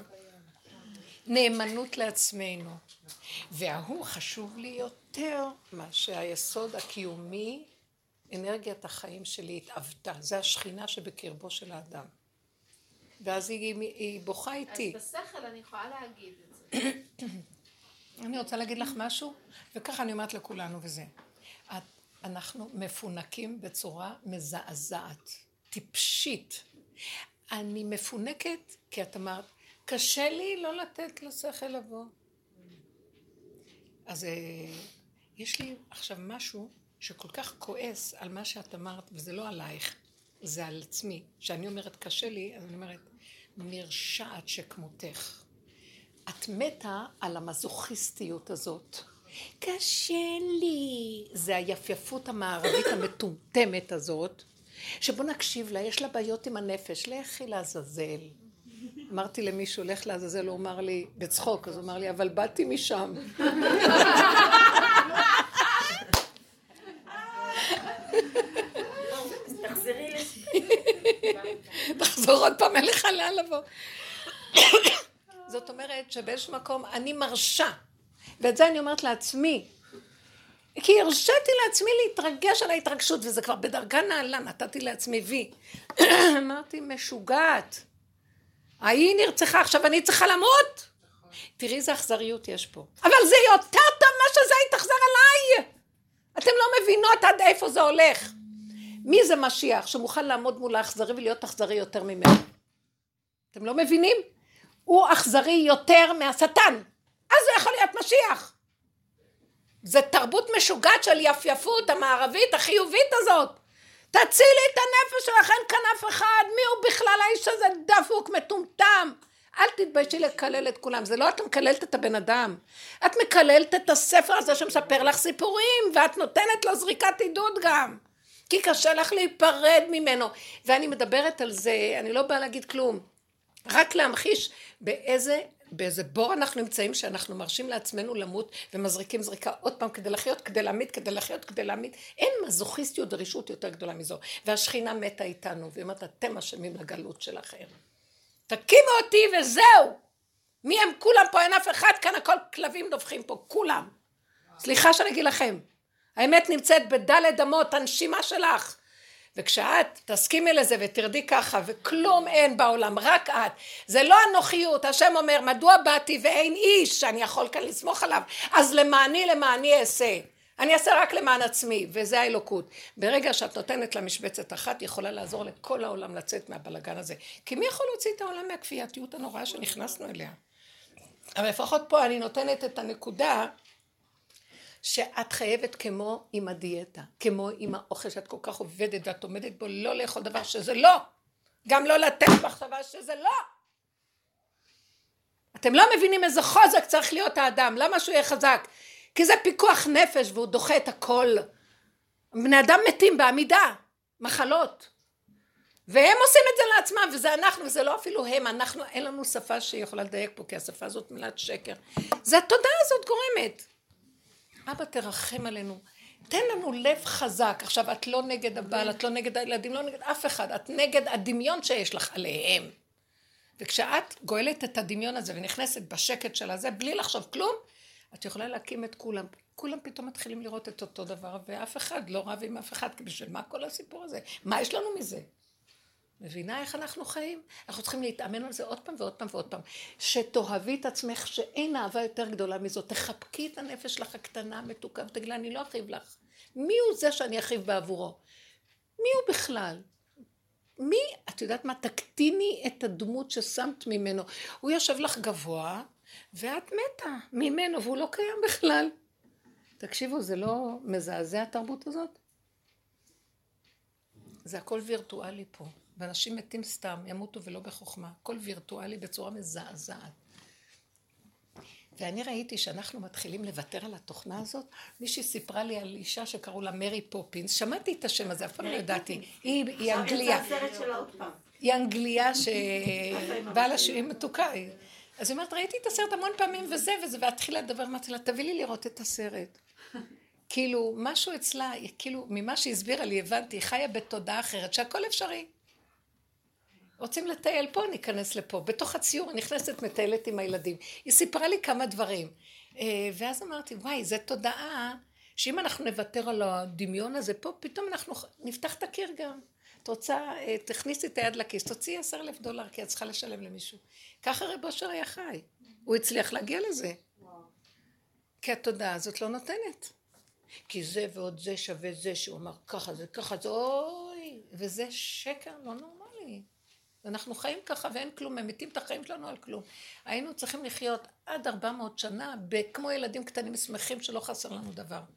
הנאמנות לעצמנו. והוא חשוב לי יותר מה שהיסוד הקיומי, אנרגיית החיים שלי התאבדה. זה השכינה שבקרבו של האדם. ואז היא, היא בוכה איתי.
אז בשכל אני יכולה להגיד את זה.
אני רוצה להגיד לך משהו, וככה אני אומרת לכולנו וזה. את, אנחנו מפונקים בצורה מזעזעת, טיפשית. אני מפונקת, כי את אמרת, קשה לי לא לתת לשכל לבוא. אז יש לי עכשיו משהו שכל כך כועס על מה שאת אמרת, וזה לא עלייך. זה על עצמי. כשאני אומרת קשה לי, אני אומרת, מרשעת שכמותך. את מתה על המזוכיסטיות הזאת. קשה לי. זה היפייפות המערבית המטומטמת הזאת, שבוא נקשיב לה, יש לה בעיות עם הנפש, לכי לעזאזל. אמרתי למישהו, לך לעזאזל, הוא אמר לי, בצחוק, אז הוא אמר לי, אבל באתי משם.
תחזרי לי.
תחזור עוד פעם, אין לך לאן לבוא. זאת אומרת שבאיזשהו מקום אני מרשה, ואת זה אני אומרת לעצמי, כי הרשיתי לעצמי להתרגש על ההתרגשות, וזה כבר בדרגה נעלה, נתתי לעצמי וי. אמרתי, משוגעת. ההיא נרצחה, עכשיו אני צריכה למות? תראי איזה אכזריות יש פה. אבל זה יותר טוב מה שזה יתחזר עליי. אתם לא מבינות עד איפה זה הולך. מי זה משיח שמוכן לעמוד מול האכזרי ולהיות אכזרי יותר ממנו? אתם לא מבינים? הוא אכזרי יותר מהשטן. אז הוא יכול להיות משיח. זה תרבות משוגעת של יפייפות המערבית החיובית הזאת. תצילי את הנפש שלך, אין כאן אף אחד. מי הוא בכלל האיש הזה דפוק, מטומטם? אל תתביישי לקלל את כולם. זה לא את מקללת את הבן אדם. את מקללת את הספר הזה שמספר לך סיפורים, ואת נותנת לו זריקת עידוד גם. כי קשה לך להיפרד ממנו. ואני מדברת על זה, אני לא באה להגיד כלום. רק להמחיש באיזה, באיזה בור אנחנו נמצאים שאנחנו מרשים לעצמנו למות ומזריקים זריקה עוד פעם כדי לחיות, כדי להמית, כדי לחיות, כדי להמית. אין מזוכיסטיות ורשות יותר גדולה מזו. והשכינה מתה איתנו, והיא אומרת, אתם אשמים לגלות שלכם. תקימו אותי וזהו. מי הם כולם פה? אין אף אחד, כאן הכל כלבים דופחים פה, כולם. סליחה שאני אגיד לכם. האמת נמצאת בדלת אמות, הנשימה שלך. וכשאת תסכימי לזה ותרדי ככה, וכלום אין בעולם, רק את. זה לא הנוחיות, השם אומר, מדוע באתי ואין איש שאני יכול כאן לסמוך עליו, אז למעני, למעני אעשה. אני אעשה רק למען עצמי, וזה האלוקות. ברגע שאת נותנת למשבצת אחת, יכולה לעזור לכל העולם לצאת מהבלגן הזה. כי מי יכול להוציא את העולם מהכפייתיות הנוראה שנכנסנו אליה? אבל לפחות פה אני נותנת את הנקודה, שאת חייבת כמו עם הדיאטה, כמו עם האוכל שאת כל כך עובדת ואת עומדת בו, לא לאכול דבר שזה לא, גם לא לתת מחשבה שזה לא. אתם לא מבינים איזה חוזק צריך להיות האדם, למה שהוא יהיה חזק? כי זה פיקוח נפש והוא דוחה את הכל. בני אדם מתים בעמידה, מחלות. והם עושים את זה לעצמם, וזה אנחנו, וזה לא אפילו הם, אנחנו, אין לנו שפה שיכולה לדייק פה, כי השפה הזאת מילת שקר. זה התודעה הזאת גורמת. אבא תרחם עלינו, תן לנו לב חזק. עכשיו את לא נגד הבעל, את לא נגד הילדים, לא נגד אף אחד, את נגד הדמיון שיש לך עליהם. וכשאת גואלת את הדמיון הזה ונכנסת בשקט של הזה, בלי לחשוב כלום, את יכולה להקים את כולם. כולם פתאום מתחילים לראות את אותו דבר, ואף אחד לא רב עם אף אחד, כי בשביל מה כל הסיפור הזה? מה יש לנו מזה? מבינה איך אנחנו חיים? אנחנו צריכים להתאמן על זה עוד פעם ועוד פעם ועוד פעם. שתאהבי את עצמך, שאין אהבה יותר גדולה מזאת. תחבקי את הנפש לך הקטנה, מתוקה, ותגידי, אני לא אחיב לך. מי הוא זה שאני אחיב בעבורו? מי הוא בכלל? מי, את יודעת מה, תקטיני את הדמות ששמת ממנו. הוא יושב לך גבוה, ואת מתה ממנו, והוא לא קיים בכלל. תקשיבו, זה לא מזעזע התרבות הזאת? זה הכל וירטואלי פה. ואנשים מתים סתם, ימותו ולא בחוכמה. הכל וירטואלי בצורה מזעזעת. ואני ראיתי שאנחנו מתחילים לוותר על התוכנה הזאת. מישהי סיפרה לי על אישה שקראו לה מרי פופינס. שמעתי את השם הזה, אף פעם לא ידעתי. היא, היא אנגליה. היא אנגליה שבאה לה שהיא מתוקה. אז היא אומרת, ראיתי את הסרט המון פעמים וזה וזה, והתחילה לדבר, אמרתי לה, תביא לי לראות את הסרט. כאילו, משהו אצלה, כאילו, ממה שהסבירה לי, הבנתי, חיה בתודעה אחרת, שהכל אפשרי. רוצים לטייל פה, ניכנס לפה. בתוך הציור נכנסת מטיילת עם הילדים. היא סיפרה לי כמה דברים. ואז אמרתי, וואי, זו תודעה, שאם אנחנו נוותר על הדמיון הזה פה, פתאום אנחנו נפתח את הקיר גם. את רוצה, תכניסי את היד לכיס, תוציאי עשר אלף דולר, כי את צריכה לשלם למישהו. ככה רב אושר היה חי. הוא הצליח להגיע לזה. כי התודעה הזאת לא נותנת. כי זה ועוד זה שווה זה, שהוא אמר ככה, זה ככה, זה אוי, וזה שקר לא נורמלי. אנחנו חיים ככה ואין כלום, הם מתים את החיים שלנו על כלום. היינו צריכים לחיות עד ארבע מאות שנה, כמו ילדים קטנים שמחים שלא חסר לנו דבר.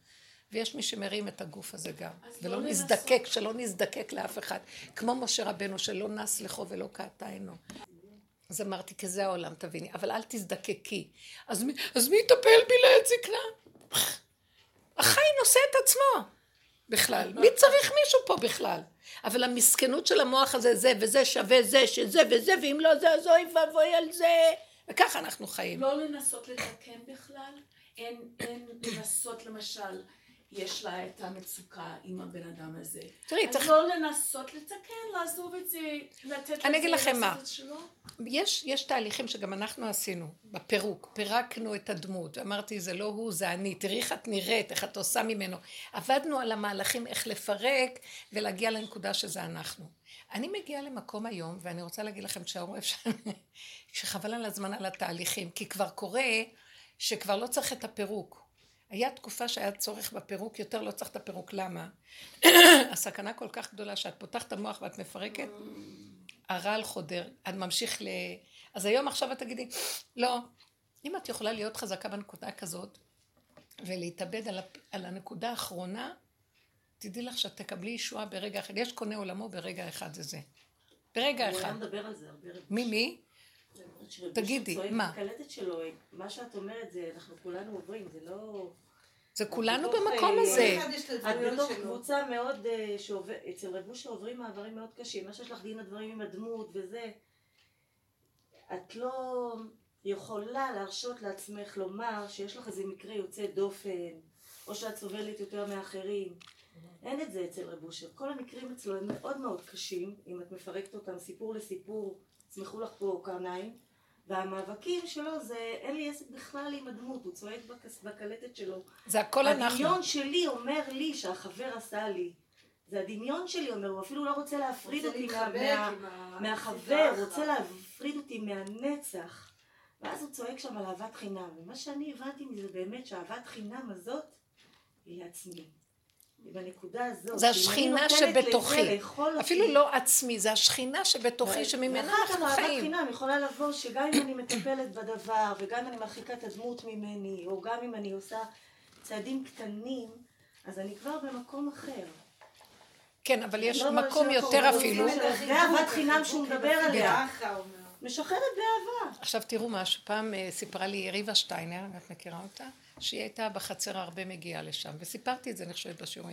ויש מי שמרים את הגוף הזה גם, ולא
לא
נזדקק,
לנסות.
שלא נזדקק לאף אחד, כמו משה רבנו שלא נס לכו ולא קעתה עינו. אז אמרתי, כזה העולם, תביני, אבל אל תזדקקי. אז מי, אז מי יטפל בי לעת זקנה? החי נושא את עצמו בכלל, מי צריך מישהו פה בכלל? אבל המסכנות של המוח הזה, זה וזה שווה זה, שזה וזה, ואם לא זה, אז אוי ואבוי על זה, וככה אנחנו חיים.
לא לנסות לתקן בכלל, אין, אין לנסות למשל, יש לה את המצוקה עם הבן אדם הזה.
תראי,
אז
צריך...
לא לנסות לתקן, לעזוב את זה, לתת
אני אגיד לכם מה.
לעשות את שלו.
יש, יש תהליכים שגם אנחנו עשינו, בפירוק, פירקנו את הדמות, אמרתי זה לא הוא, זה אני, תראי איך את נראית, איך את עושה ממנו, עבדנו על המהלכים איך לפרק ולהגיע לנקודה שזה אנחנו. אני מגיעה למקום היום, ואני רוצה להגיד לכם שהעורף שאני, שחבל על הזמן על התהליכים, כי כבר קורה שכבר לא צריך את הפירוק. היה תקופה שהיה צורך בפירוק, יותר לא צריך את הפירוק, למה? הסכנה כל כך גדולה שאת פותחת המוח ואת מפרקת, הרעל חודר, את ממשיך ל... אז היום עכשיו את תגידי, לא, אם את יכולה להיות חזקה בנקודה כזאת, ולהתאבד על, הפ... על הנקודה האחרונה, תדעי לך שאת תקבלי ישועה ברגע אחד, יש קונה עולמו ברגע אחד, זה זה. ברגע אחד.
הוא היה מדבר על זה הרבה.
מי מי? תגידי, מה?
הקלטת שלו, מה שאת אומרת זה, אנחנו כולנו עוברים, זה לא...
זה כולנו במקום הזה.
את בתוך קבוצה מאוד, אצל רב אושר עוברים מעברים מאוד קשים, מה שיש לך דין הדברים עם הדמות וזה, את לא יכולה להרשות לעצמך לומר שיש לך איזה מקרה יוצא דופן, או שאת סובלת יותר מאחרים. אין את זה אצל רב אושר. כל המקרים אצלו הם מאוד מאוד קשים, אם את מפרקת אותם סיפור לסיפור, צמחו לך פה קרניים, והמאבקים שלו זה, אין לי עסק בכלל עם הדמות, הוא צועק בקלטת שלו.
זה הכל אנחנו.
הדמיון שלי אומר לי שהחבר עשה לי. זה הדמיון שלי אומר, הוא אפילו לא רוצה להפריד אותי מה, מה, מהחבר, הוא רוצה להפריד אותי מהנצח. ואז הוא צועק שם על אהבת חינם. ומה שאני הבנתי מזה באמת שאהבת חינם הזאת היא לעצמי. בנקודה הזאת.
זה השכינה שבתוכי. אפילו לא עצמי, זה השכינה שבתוכי שממנה אנחנו חיים.
אהבת חינם יכולה לבוא שגם אם אני מטפלת בדבר, וגם אם אני מרחיקה את הדמות ממני, או גם אם אני עושה צעדים קטנים, אז אני כבר במקום אחר.
כן, אבל יש מקום יותר אפילו.
זה אהבת חינם שהוא מדבר עליה. משחררת באהבה.
עכשיו תראו משהו, פעם סיפרה לי ריבה שטיינר, את מכירה אותה? שהיא הייתה בחצר הרבה מגיעה לשם, וסיפרתי את זה, אני חושבת בשיעורים,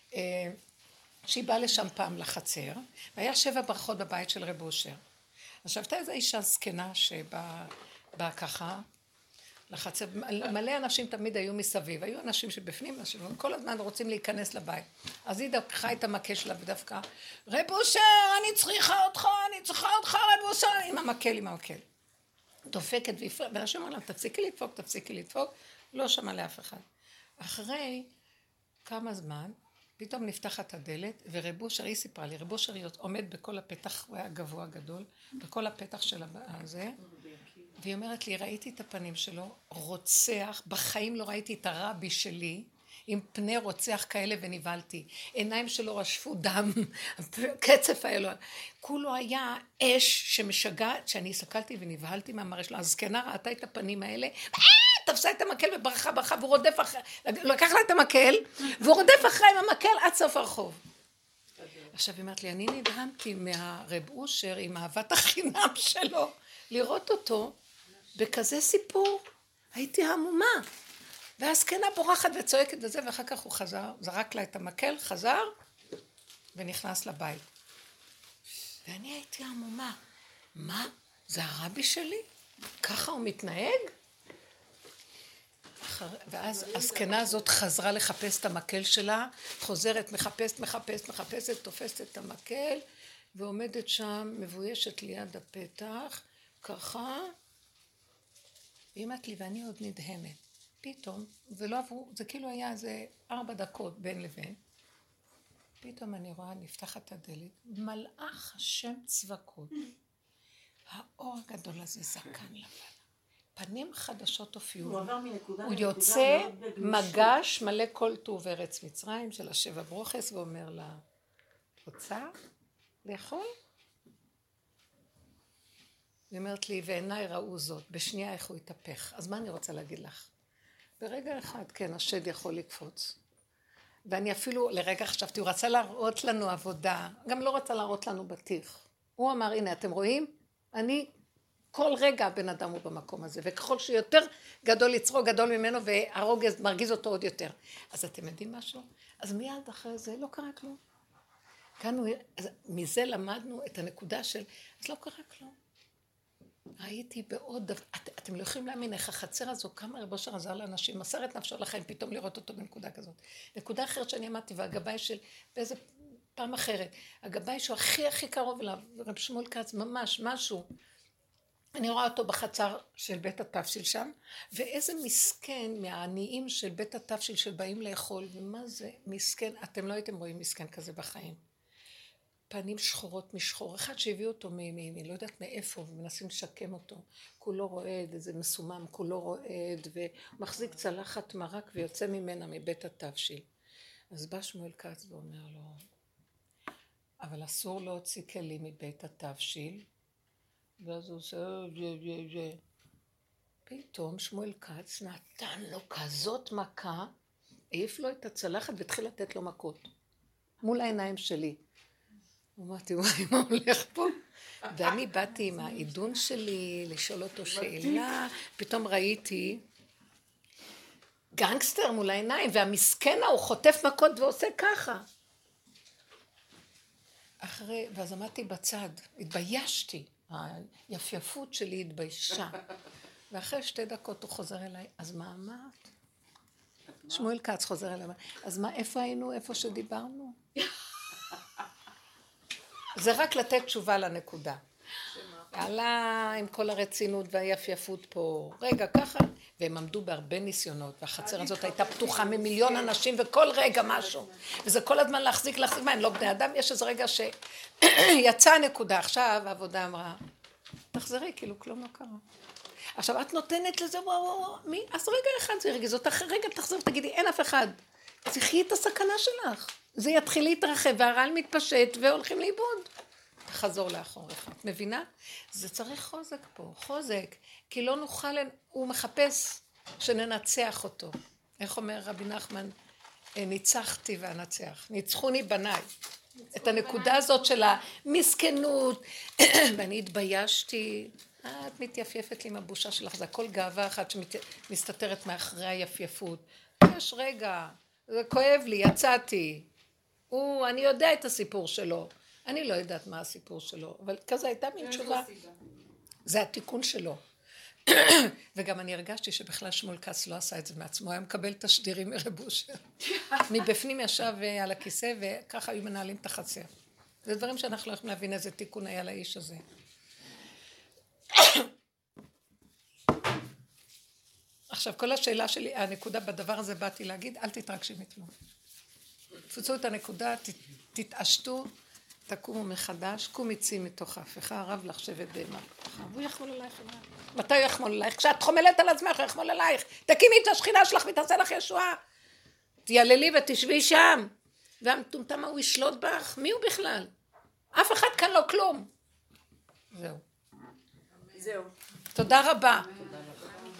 שהיא באה לשם פעם לחצר, והיה שבע ברכות בבית של רב אושר. עכשיו הייתה איזו אישה זקנה שבאה ככה לחצר, מלא אנשים תמיד היו מסביב, היו אנשים שבפנים, כל הזמן רוצים להיכנס לבית. אז היא דווקא את המקל שלה ודווקא, רב אושר, אני צריכה אותך, אני צריכה אותך רב אושר, עם המקל, עם המקל. דופקת והפריעה, ואנשים אומרים לה, תפסיקי לדפוק, תפסיקי לדפוק, לא שמע לאף אחד. אחרי כמה זמן, פתאום נפתחת הדלת, ורב אושר, היא סיפרה לי, רב אושר עומד בכל הפתח, הוא היה גבוה גדול, בכל הפתח של הזה, והיא אומרת לי, ראיתי את הפנים שלו, רוצח, בחיים לא ראיתי את הרבי שלי, עם פני רוצח כאלה ונבלתי, עיניים שלו רשפו דם, קצף האלוה, כולו היה אש שמשגעת, שאני הסתכלתי ונבהלתי מהמראה שלו, הזקנה ראתה את הפנים האלה, תפסה את המקל וברחה ברחה, והוא רודף אחרי, לקח לה את המקל, והוא רודף אחרי עם המקל עד סוף הרחוב. עכשיו היא אמרת לי, אני נדהמתי מהרב אושר עם אהבת החינם שלו, לראות אותו בכזה סיפור, הייתי המומה. והזקנה בורחת וצועקת וזה, ואחר כך הוא חזר, זרק לה את המקל, חזר, ונכנס לבית. ואני הייתי המומה. מה? זה הרבי שלי? ככה הוא מתנהג? ואז הזקנה הזאת חזרה לחפש את המקל שלה, חוזרת, מחפשת, מחפשת, מחפשת, תופסת את המקל, ועומדת שם, מבוישת ליד הפתח, ככה, ואימאת לי, ואני עוד נדהמת. פתאום, ולא עברו, זה כאילו היה איזה ארבע דקות בין לבין, פתאום אני רואה, נפתחת הדלת, מלאך השם צבקות, האור הגדול הזה זקן לבן, פנים חדשות הופיעו, הוא יוצא מגש מלא כל טוב ארץ מצרים של השבע ברוכס, ואומר לה, רוצה לאכול? היא אומרת לי, ועיניי ראו זאת, בשנייה איך הוא יתהפך. אז מה אני רוצה להגיד לך? ברגע אחד, כן, השד יכול לקפוץ. ואני אפילו לרגע חשבתי, הוא רצה להראות לנו עבודה, גם לא רצה להראות לנו בטיח. הוא אמר, הנה, אתם רואים? אני, כל רגע הבן אדם הוא במקום הזה, וככל שיותר גדול יצרו גדול ממנו, והרוגז מרגיז אותו עוד יותר. אז אתם יודעים משהו? אז מיד אחרי זה לא קרה כלום. כאן הוא, אז מזה למדנו את הנקודה של, אז לא קרה כלום. ראיתי בעוד, את, אתם לא יכולים להאמין איך החצר הזו, כמה רבו שעזר לאנשים, מסר את נפשו לחיים, פתאום לראות אותו בנקודה כזאת. נקודה אחרת שאני אמרתי, והגבאי של, באיזה פעם אחרת, הגבאי שהוא הכי הכי קרוב אליו, רב שמואל כץ, ממש, משהו. אני רואה אותו בחצר של בית התפשיל שם, ואיזה מסכן מהעניים של בית התפשיל שבאים לאכול, ומה זה מסכן, אתם לא הייתם רואים מסכן כזה בחיים. פנים שחורות משחור, אחד שהביאו אותו מ... לא יודעת מאיפה, ומנסים לשקם אותו, כולו רועד, איזה מסומם, כולו רועד, ומחזיק צלחת מרק ויוצא ממנה מבית התפשיל. אז בא שמואל כץ ואומר לו, אבל אסור להוציא כלים מבית התפשיל, ואז הוא עושה, פתאום שמואל כץ נתן לו כזאת מכה, העיף לו את הצלחת והתחיל לתת לו מכות, מול העיניים שלי. אמרתי, וואי, מה הולך פה? ואני באתי עם העידון שלי לשאול אותו שאלה, פתאום ראיתי גנגסטר מול העיניים, והמסכן הוא חוטף מכות ועושה ככה. אחרי, ואז עמדתי בצד, התביישתי, היפייפות שלי התביישה. ואחרי שתי דקות הוא חוזר אליי, אז מה אמרת? שמואל כץ חוזר אליי, אז מה, איפה היינו, איפה שדיברנו? זה רק לתת תשובה לנקודה. עלה עם כל הרצינות והיפייפות פה, רגע ככה, והם עמדו בהרבה ניסיונות, והחצר הזאת הייתה פתוחה ממיליון אנשים, וכל רגע משהו. וזה כל הזמן להחזיק, להחזיק, מה, הם לא בני אדם, יש איזה רגע שיצא הנקודה. עכשיו העבודה אמרה, תחזרי, כאילו כלום לא קרה. עכשיו את נותנת לזה, וואו, וואו, מי? אז רגע אחד זה הרגיז אותך, רגע תחזור, תגידי, אין אף אחד. תחי את הסכנה שלך. זה יתחיל להתרחב, והרעל מתפשט, והולכים לאיבוד. תחזור לאחוריך. את מבינה? זה צריך חוזק פה, חוזק. כי לא נוכל, הוא מחפש שננצח אותו. איך אומר רבי נחמן? ניצחתי ואנצח. ניצחוני בניי. את הנקודה הזאת של המסכנות. ואני התביישתי. את מתייפייפת לי עם הבושה שלך. זה הכל גאווה אחת שמסתתרת מאחרי היפייפות. יש רגע, זה כואב לי, יצאתי. הוא, אני יודע את הסיפור שלו. אני לא יודעת מה הסיפור שלו, אבל כזה הייתה מין תשובה. זה התיקון שלו. וגם אני הרגשתי שבכלל שמואל כץ לא עשה את זה מעצמו, היה מקבל תשדירים מרבושר. מבפנים ישב על הכיסא, וככה היו מנהלים את החצר. זה דברים שאנחנו לא יכולים להבין איזה תיקון היה לאיש הזה. עכשיו, כל השאלה שלי, הנקודה בדבר הזה באתי להגיד, אל תתרגשי מכלום. תפוצו את הנקודה, תתעשתו, תקומו מחדש, קום יצאי מתוך ההפכה, הרב לך שבת בהמה. והוא יחמול עלייך. מתי הוא יחמול עלייך? כשאת חומלת על עצמך, הוא יחמול עלייך. תקימי את השכינה שלך ותעשה לך ישועה. תייללי ותשבי שם. והמטומטם הוא ישלוט בך. מי הוא בכלל? אף אחד כאן לא כלום. זהו.
זהו.
תודה רבה.